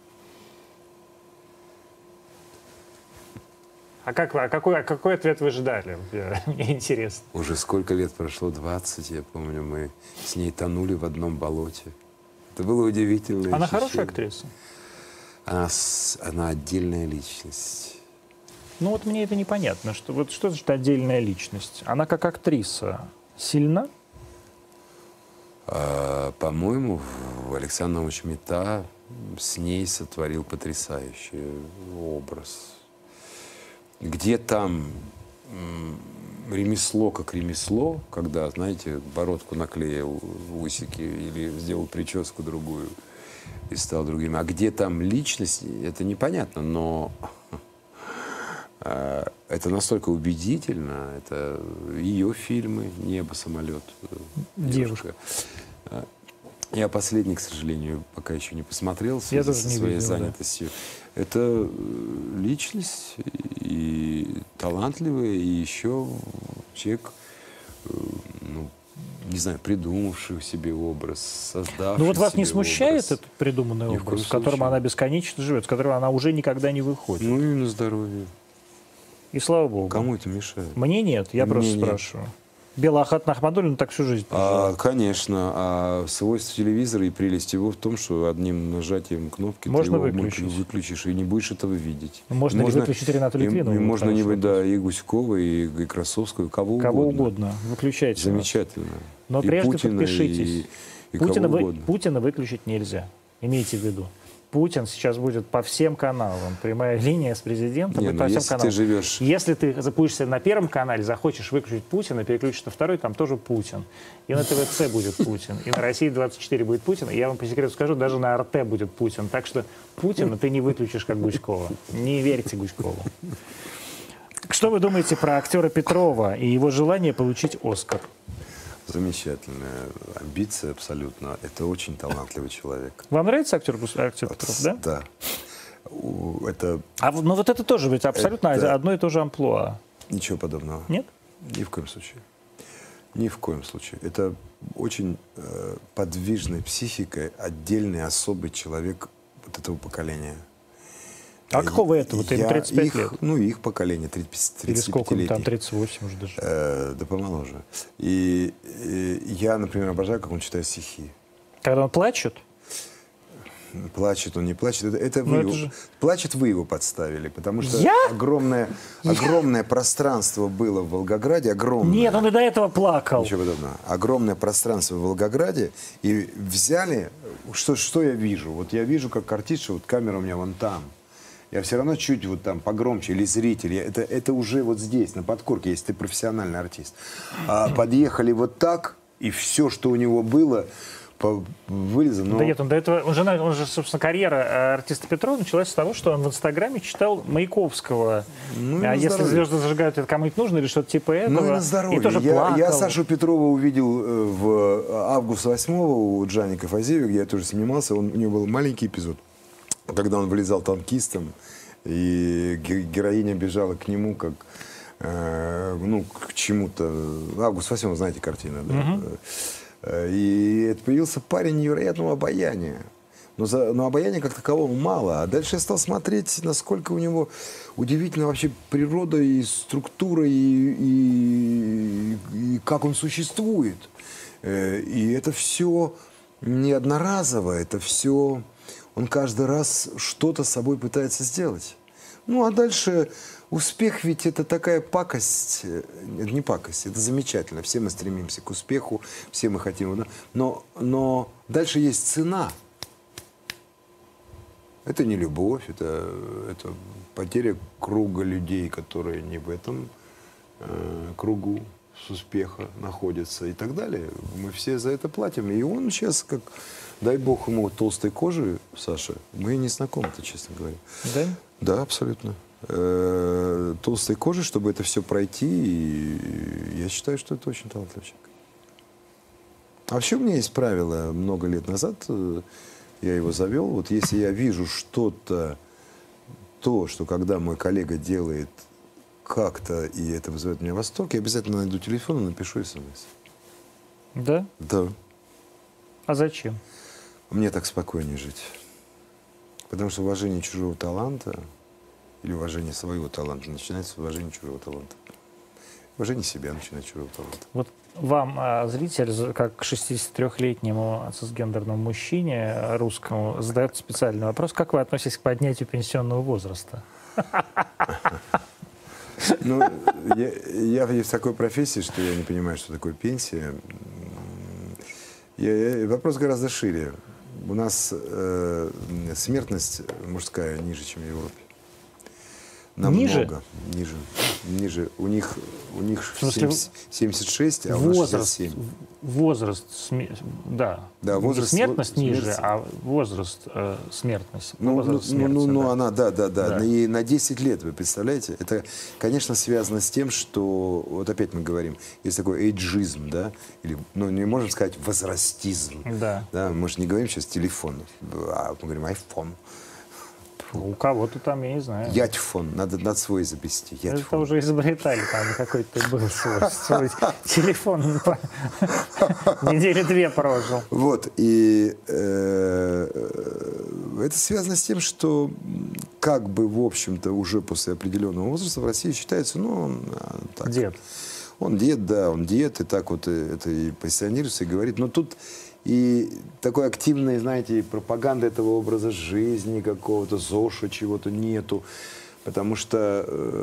А, как, вы- а какой, а какой ответ вы ждали? Я- Мне интересно. Уже сколько лет прошло? двадцать, я помню, мы с ней тонули в одном болоте. Это было удивительно. Она хорошая актриса? Она, с- она отдельная личность. Ну вот мне это непонятно. Что, вот что значит отдельная личность? Она как актриса сильна? А, по-моему, в- Александр Иванович Мета с ней сотворил потрясающий образ. Где там м, ремесло как ремесло, когда, знаете, бородку наклеил в усики или сделал прическу другую и стал другим. А где там личность, это непонятно, но э, это настолько убедительно. Это ее фильмы «Небо», «Самолет», э, Девушка. Э, Я последний, к сожалению, пока еще не посмотрел в Я связи тоже со не своей видел, да. занятостью. Это э, личность и талантливая, и еще человек, э, ну, не знаю, придумавший себе образ, создавший Ну вот вас не себе смущает образ. этот придуманный Ни в образ, коем в котором случае. она бесконечно живет, с которого она уже никогда не выходит? Ну и на здоровье. И слава богу. Кому это мешает? Мне нет, я Мне просто нет. спрашиваю. Белла Ахатовна Ахмадуллина так всю жизнь прожила. А, конечно. А свойство телевизора и прелесть его в том, что одним нажатием кнопки Можно ты его выключить. выключишь и не будешь этого видеть. Можно ли выключить Ренату и- Литвинову? И, можно не Хороший быть, да, и Гуськова, и, и Красовского, и кого, Кого угодно. угодно. Выключайте. Замечательно. Но И прежде Путина, подпишитесь. И, и Путина, кого вы- угодно. Путина выключить нельзя. Имейте в виду. Путин сейчас будет по всем каналам. Прямая линия с президентом Не, будет ну, по всем если каналам. ты живешь... Если ты запустишься на Первом канале, захочешь выключить Путина, переключишь на второй, там тоже Путин. И на ТВЦ будет Путин. И на России двадцать четыре будет Путин. И я вам по секрету скажу, даже на эр тэ будет Путин. Так что Путина ты не выключишь, как Гуськова. Не верьте Гуськову. Что вы думаете про актера Петрова и его желание получить «Оскар»? Замечательная амбиция абсолютно. Это очень талантливый человек. Вам нравится актер, Гус- актер Петров, да? Да. У- Это А вот- ну вот это тоже ведь абсолютно Это- одно и то же амплуа. ничего подобного. Нет? Ни в коем случае. Ни в коем случае. Это очень э, подвижной психикой, отдельный, особый человек вот этого поколения. А какого это? Вот им Я- тридцать пять их, лет. Ну, их поколение, тридцать Или сколько им там, тридцатипятилетний. тридцать восемь уже даже. Э, да помоложе. И, и я, например, обожаю, как он читает стихи. Когда он плачет, Плачет он, не плачет. Это, это Ну, вы это его, же- Плачет, вы его подставили, потому что Я? огромное, огромное пространство было в Волгограде, огромное. нет, он и до этого плакал. Ничего подобного. Огромное пространство в Волгограде, и взяли, что, что я вижу? Вот я вижу, как артист, что вот камера у меня вон там. Я все равно чуть вот там погромче, или зритель. Я- это, это уже вот здесь, на подкорке, если ты профессиональный артист. А подъехали вот так, и все, что у него было, по- вылезано. Да нет, он до этого, он же, на- он же, собственно, карьера э, артиста Петрова началась с того, что он в Инстаграме читал Маяковского. Ну, и а на если здоровье. звезды зажигают, это кому-нибудь нужно или что-то типа этого? Ну и на здоровье. И тоже я, плакал. я Сашу Петрова увидел э, в август восьмого у Джаника Фазеева, где я тоже снимался. Он, у него был маленький эпизод, когда он вылезал танкистом, и ге- героиня бежала к нему как э, ну, к чему-то. Август восьмого, знаете, картина, да? Э, И это появился парень невероятного обаяния. Но, за, но обаяния как такового мало. А дальше я стал смотреть, насколько у него удивительна вообще природа и структура, и, и, и как он существует. Э, И это все не одноразово, это все... Он каждый раз что-то с собой пытается сделать. Ну, а дальше успех ведь это такая пакость. э, Это не пакость, это замечательно. Все мы стремимся к успеху, все мы хотим его. Но, но дальше есть цена. Это не любовь, это, это потеря круга людей, которые не в этом э, кругу. с успеха находятся и так далее. Мы все за это платим. И он сейчас, как, дай бог ему толстой кожи, Саша, мы не знакомы-то, честно говоря. Да? Да, абсолютно. Э-э- толстой кожи, чтобы это все пройти, и я считаю, что это очень талантливый человек. А вообще у меня есть правило, много лет назад э- я его завел. Вот если я вижу что-то, то, что когда мой коллега делает как-то, и это вызывает у меня восторг, я обязательно найду телефон и напишу смс. Да? Да. А зачем? Мне так спокойнее жить. Потому что уважение чужого таланта или уважение своего таланта начинается с уважения чужого таланта. Уважение себя начинается с чужого таланта. Вот вам, а, зритель, как шестидесятитрёхлетнему цисгендерному мужчине русскому, задает специальный вопрос. Как вы относитесь к поднятию пенсионного возраста? Ну, я, я в такой профессии, что я не понимаю, что такое пенсия. Я, я, вопрос гораздо шире. У нас э, смертность мужская ниже, чем в Европе. Намного. Ниже? Ниже. Ниже. У них, у них В смысле, семьдесят шесть, а у нас возраст, шестьдесят семь. возраст, сме- да. Да, возраст- Не смертность во- ниже, смерть- а возраст э, смертность. Ну, ну, возраст ну, смерти, ну, ну, да. она, да, да, да, Да. И на десять лет, вы представляете? Это, конечно, связано с тем, что, вот опять мы говорим, есть такой эйджизм, да, или, ну, не можем сказать возрастизм. Да. Да, мы же не говорим сейчас телефон, а мы говорим айфон. У кого-то там, я не знаю. Ятьфон, надо, надо свой записать. Это Ятьфон. уже изобретали, там какой-то был свой, свой телефон. Недели две прожил. Вот, и э, э, это связано с тем, что как бы, в общем-то, уже после определенного возраста в России считается, ну, он а, так. Дед. Он дед, да, он дед, и так вот э, это и позиционируется, и говорит. Но тут и такой активной, знаете, пропаганды этого образа жизни какого-то, ЗОЖа чего-то нету. Потому что,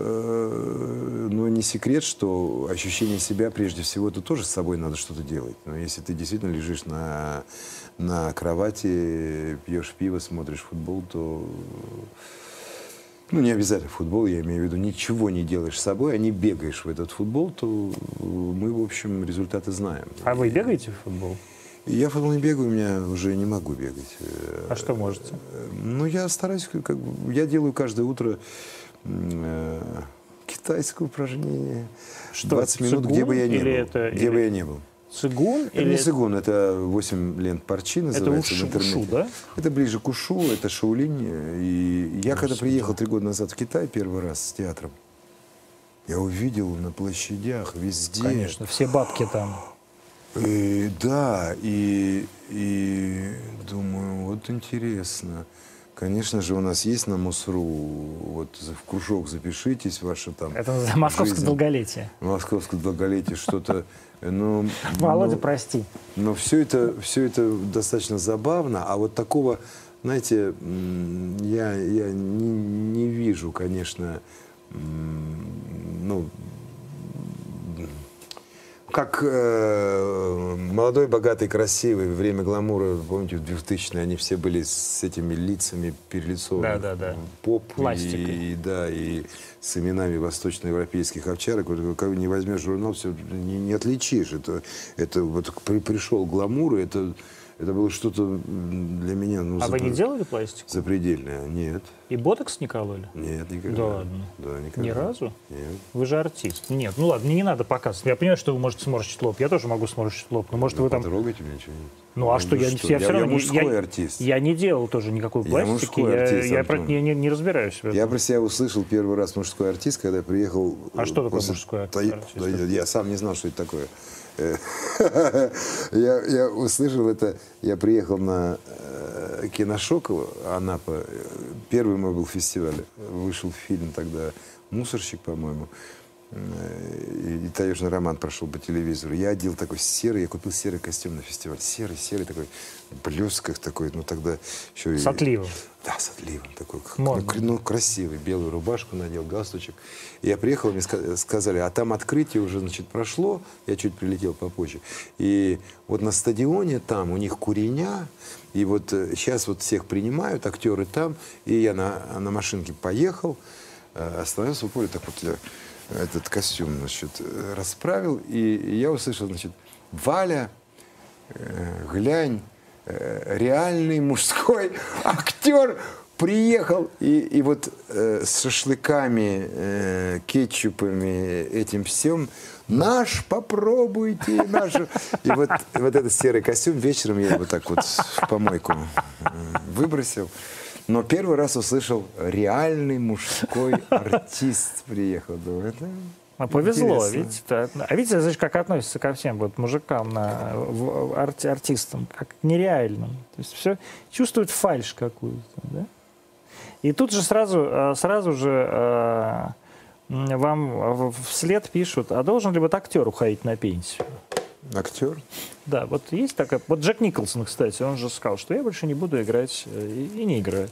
э, ну, не секрет, что ощущение себя, прежде всего, это тоже с собой надо что-то делать. Но если ты действительно лежишь на, на кровати, пьешь пиво, смотришь футбол, то... Ну, не обязательно футбол, я имею в виду, ничего не делаешь с собой, а не бегаешь в этот футбол, то мы, в общем, результаты знаем. А вы бегаете в футбол? Я в футбол не бегаю, у меня уже не могу бегать. А что можете? Ну, я стараюсь, как бы, я делаю каждое утро э, китайское упражнение. Что, двадцать минут, цигун где бы я ни или был. это- где или- бы я ни был. Цигун? Это или не цигун, это восемь лент парчи это называется ушу, в интернете. ушу, да? Это ближе к ушу, это шаолинь. И я когда приехал три года назад в Китай первый раз с театром, я увидел на площадях везде. Конечно, все бабки там. И, да, и, и думаю, вот интересно. Конечно же, у нас есть на МОСРУ, вот в кружок запишитесь, ваше там... Это называется московское жизнь. долголетие. Московское долголетие, что-то... Ну, Володя, ну, прости. но все это, все это достаточно забавно, а вот такого, знаете, м, я, я не, не вижу, конечно, м, ну, как э, молодой, богатый, красивый, время гламура, помните, в двухтысячные они все были с этими лицами перелицованных. Да, да, да. Поп Пластикой. и, да, и с именами восточноевропейских овчарок. Вот, кого не возьмешь журнал, все не, не отличишь. Это, это вот при, пришел гламур, и это, это было что-то для меня... Ну, А вы запр- не делали пластику? запредельное. Нет. И ботокс не кололи? Нет, никогда. Да ладно? Да, никогда. Ни разу? Нет. Вы же артист. Нет, ну ладно, мне не надо показывать. Я понимаю, что вы можете сморщить лоб. Я тоже могу сморщить лоб. Но может Ну, вы там... потрогайте меня что-нибудь. Ну а что, я, что? я, Я- все равно... я не- мужской я, артист. Я не делал тоже никакой Я пластики. мужской Я, артист, я про- Антон. не, не, не разбираюсь в этом. Я про себя услышал первый раз мужской артист, когда я приехал... А что такое после- мужской Да, артист? да, я, я сам не знал, что это такое. Э, Я, я услышал это, я приехал на э, Киношоково, Анапа. Первый мой был фестиваль. Вышел фильм тогда «Мусорщик», по-моему. Э, И таежный роман прошел по телевизору. Я одел такой серый, я купил серый костюм на фестиваль. Серый, серый такой, блесках такой, ну тогда еще... и- С отливом. Да, с отливом такой. к- Модный. Ну, кр- ну, красивый. Белую рубашку надел, галстучек. И я приехал, мне ска- сказали, а там открытие уже, значит, прошло. Я чуть прилетел попозже. И вот на стадионе там у них куреня. И вот сейчас вот всех принимают, актеры там. И я на, на машинке поехал, э, остановился в поле, так вот я этот костюм, значит, расправил, и я услышал, значит, Валя, э, глянь, э, реальный мужской актер приехал, и, и вот э, с шашлыками, э, кетчупами, этим всем, наш, попробуйте, наш. И вот, вот этот серый костюм вечером я его так вот в помойку э, выбросил. Но первый раз услышал, реальный мужской артист приехал. Думаю, это А повезло, интересно. видите, да. А видите, знаешь, как относятся ко всем вот мужикам, на, в- арти- артистам, как к нереальным. То есть все чувствуют фальшь какую-то, да? И тут же сразу, э, сразу же э, м, вам в- вслед пишут, а должен ли вот актер уходить на пенсию? Актер? Да, вот есть такая... Вот Джек Николсон, кстати, он же сказал, что я больше не буду играть, э, и, и не играет.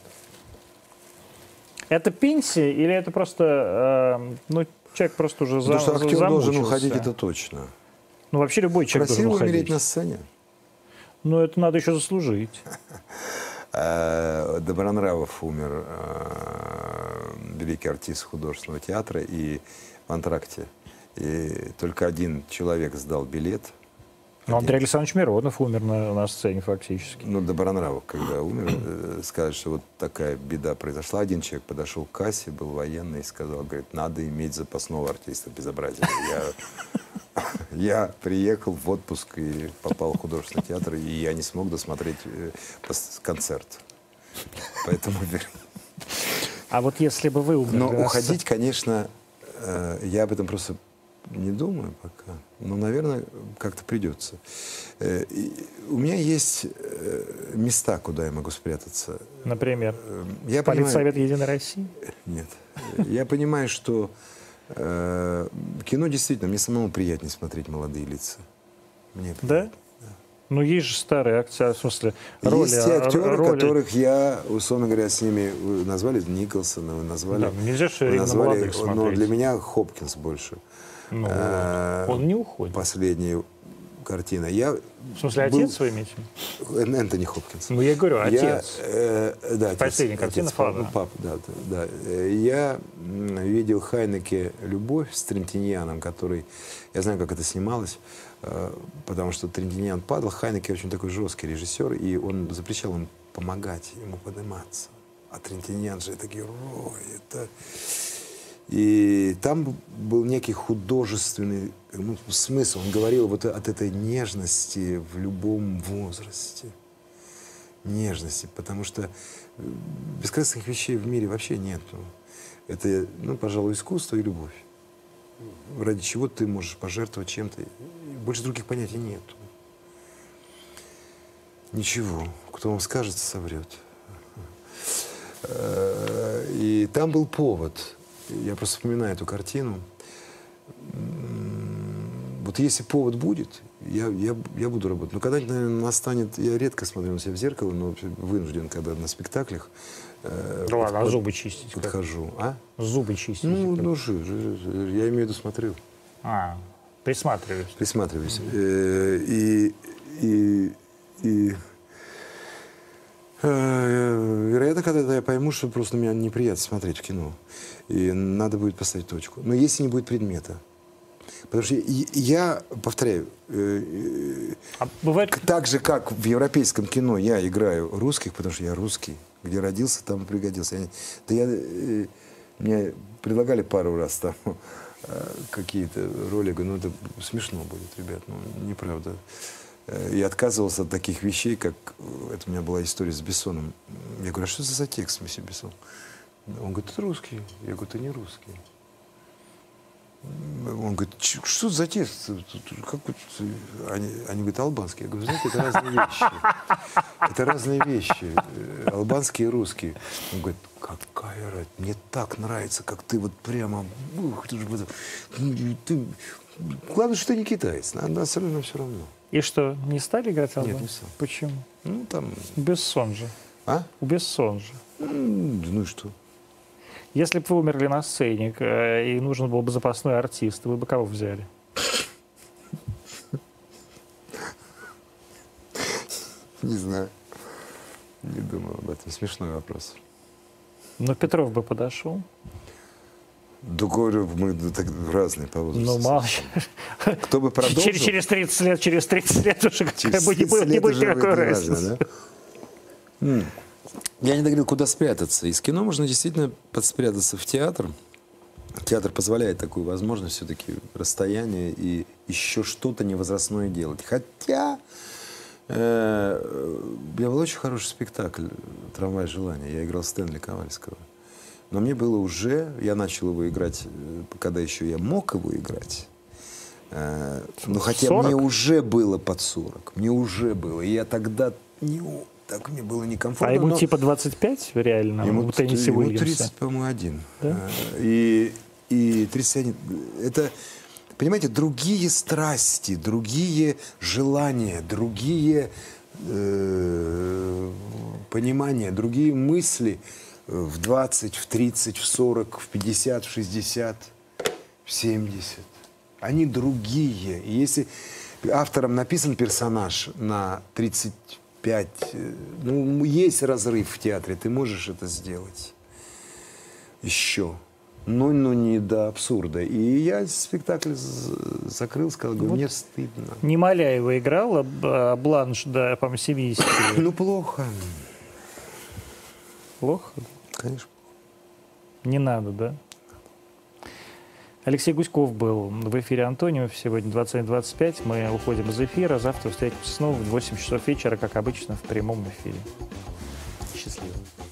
Это пенсия или это просто... э, ну, человек просто уже за, Потому что за- актер должен замучился? уходить, это точно. Ну, вообще любой человек Красиво должен умереть уходить. на сцене. Но это надо еще заслужить. Э, Добронравов умер, э, великий артист художественного театра, и в антракте. И только один человек сдал билет. Но Андрей Александрович Миронов умер на, на сцене фактически. Ну, Добронравов, когда умер, э, сказали, что вот такая беда произошла. Один человек подошел к кассе, был военный, и сказал, говорит, надо иметь запасного артиста, безобразие. Я, я приехал в отпуск и попал в художественный театр, и я не смог досмотреть э, пос- концерт. Поэтому... А вот если бы вы умерли... Но на уходить, конечно, э, я об этом просто не думаю пока. Но, наверное, как-то придется. Э, и у меня есть э, места, куда я могу спрятаться. сцене, например, Э, Я понимаю, Политсовет Единой России? нет. Я понимаю, что э, кино действительно, мне самому приятнее смотреть молодые лица. Мне Да? приятно. Ну, есть же старые актеры, в смысле, роли... Есть те актеры, роли- которых я, условно говоря, с ними вы назвали Николсона, вы назвали... Да, нельзя же вы именно назвали, молодых но смотреть. для меня Хопкинс больше. Ну, Э, он не уходит. Последняя картина. Я В смысле, был- отец вы имеете? Эн- Энтони Хопкинс. Ну, я говорю, Я, отец. э, да, отец, Последняя картина отец, пап- Фадера. ну, пап, да, да, да. Э, Я м, видел Хайнеке «Любовь» с Трентиньяном, который, я знаю, как это снималось, э, потому что Трентиньян падал, Хайнеке очень такой жесткий режиссер, и он запрещал им помогать, ему подниматься. А Трентиньян же это герой, это... И там был некий художественный ну, смысл. Он говорил вот от этой нежности в любом возрасте. Нежности, потому что бескорыстных вещей в мире вообще нет. Это, ну, пожалуй, искусство и любовь. Ради чего ты можешь пожертвовать чем-то. Больше других понятий нет. Ничего. Кто вам скажет, соврет. И там был повод. Я просто вспоминаю эту картину. Вот если повод будет, я, я, я буду работать. Но когда-нибудь, наверное, настанет... Я редко смотрю на себя в зеркало, но вынужден, когда на спектаклях э, Да ладно, а под- зубы чистить? как? подхожу. А? Зубы чистить? Ну, как? ну жи- жи- жи- я имею в виду смотрю, А, присматриваюсь. присматриваюсь. Э, И, и, и э, вероятно, когда-то я пойму, что просто на меня неприятно смотреть в кино. И надо будет поставить точку. Но если не будет предмета. Потому что я, я повторяю, э, э, А бывает... так же, как в европейском кино я играю русских, потому что я русский, где родился, там и пригодился. Я, да я, э, мне предлагали пару раз там э, какие-то роли, я говорю, ну это смешно будет, ребят, ну неправда. Э, И отказывался от таких вещей, как, э, это у меня была история с Бессоном. Я говорю, а что за текст, месье Бессон? Он говорит, это русский. Я говорю, ты не русский. Он говорит, «Ч- что за текст? Как вот, э, они, они говорят, албанский. Я говорю, знаете, это разные вещи. Это разные вещи. э, Албанский и русский. Он говорит, какая разница? Мне так нравится, как ты вот прямо... ух, ты же вот- ну, ты- Главное, что ты не китаец. На, на остальное все равно. И что, не стали играть Нет, альбом? не стал. Почему? Ну, там... Бессон же. А? Бессон же. М, Ну и что? Если бы вы умерли на сцене, э, и нужен был бы запасной артист, вы бы кого взяли? Не знаю. Не думал об этом. Смешной вопрос. Ну, Петров бы подошел. Другой, мы так разные по возрасту. Ну, мало. Кто бы продолжил... Через, через тридцать лет, через тридцать лет уже Через как бы не будет, не будет никакой разницы. Да? Я не договорил, куда спрятаться. Из кино можно действительно подспрятаться в театр. Театр позволяет такую возможность все-таки расстояние и еще что-то невозрастное делать. Хотя э, я был очень хороший спектакль «Трамвай желания». Я играл Стэнли Ковальского. Но мне было уже, я начал его играть, когда еще я мог его играть. Э, но хотя сорок? Мне уже было под сорок. Мне уже было. И я тогда не... Так мне было некомфортно. А ему но... типа двадцать пять реально? Ему, у Тенниси ему Уильямса? тридцать, по-моему, один. Да? И, и тридцать один. Это, понимаете, другие страсти, другие желания, другие э, понимания, другие мысли в двадцать, в тридцать, в сорок, в пятьдесят, в шестьдесят, в семьдесят. Они другие. И если автором написан персонаж на тридцать пять, ну, есть разрыв в театре, ты можешь это сделать еще. Но, но не до абсурда. И я спектакль закрыл, сказал, говорю, мне стыдно. Не Маляева играла, а Бланш, да, по-моему, семидесят. Ну, плохо. Плохо? Конечно. Не надо, да? Алексей Гуськов был в эфире «Антонио». Сегодня двадцать один двадцать пять. Мы уходим из эфира. Завтра встретимся снова в восемь часов вечера, как обычно, в прямом эфире. Счастливо.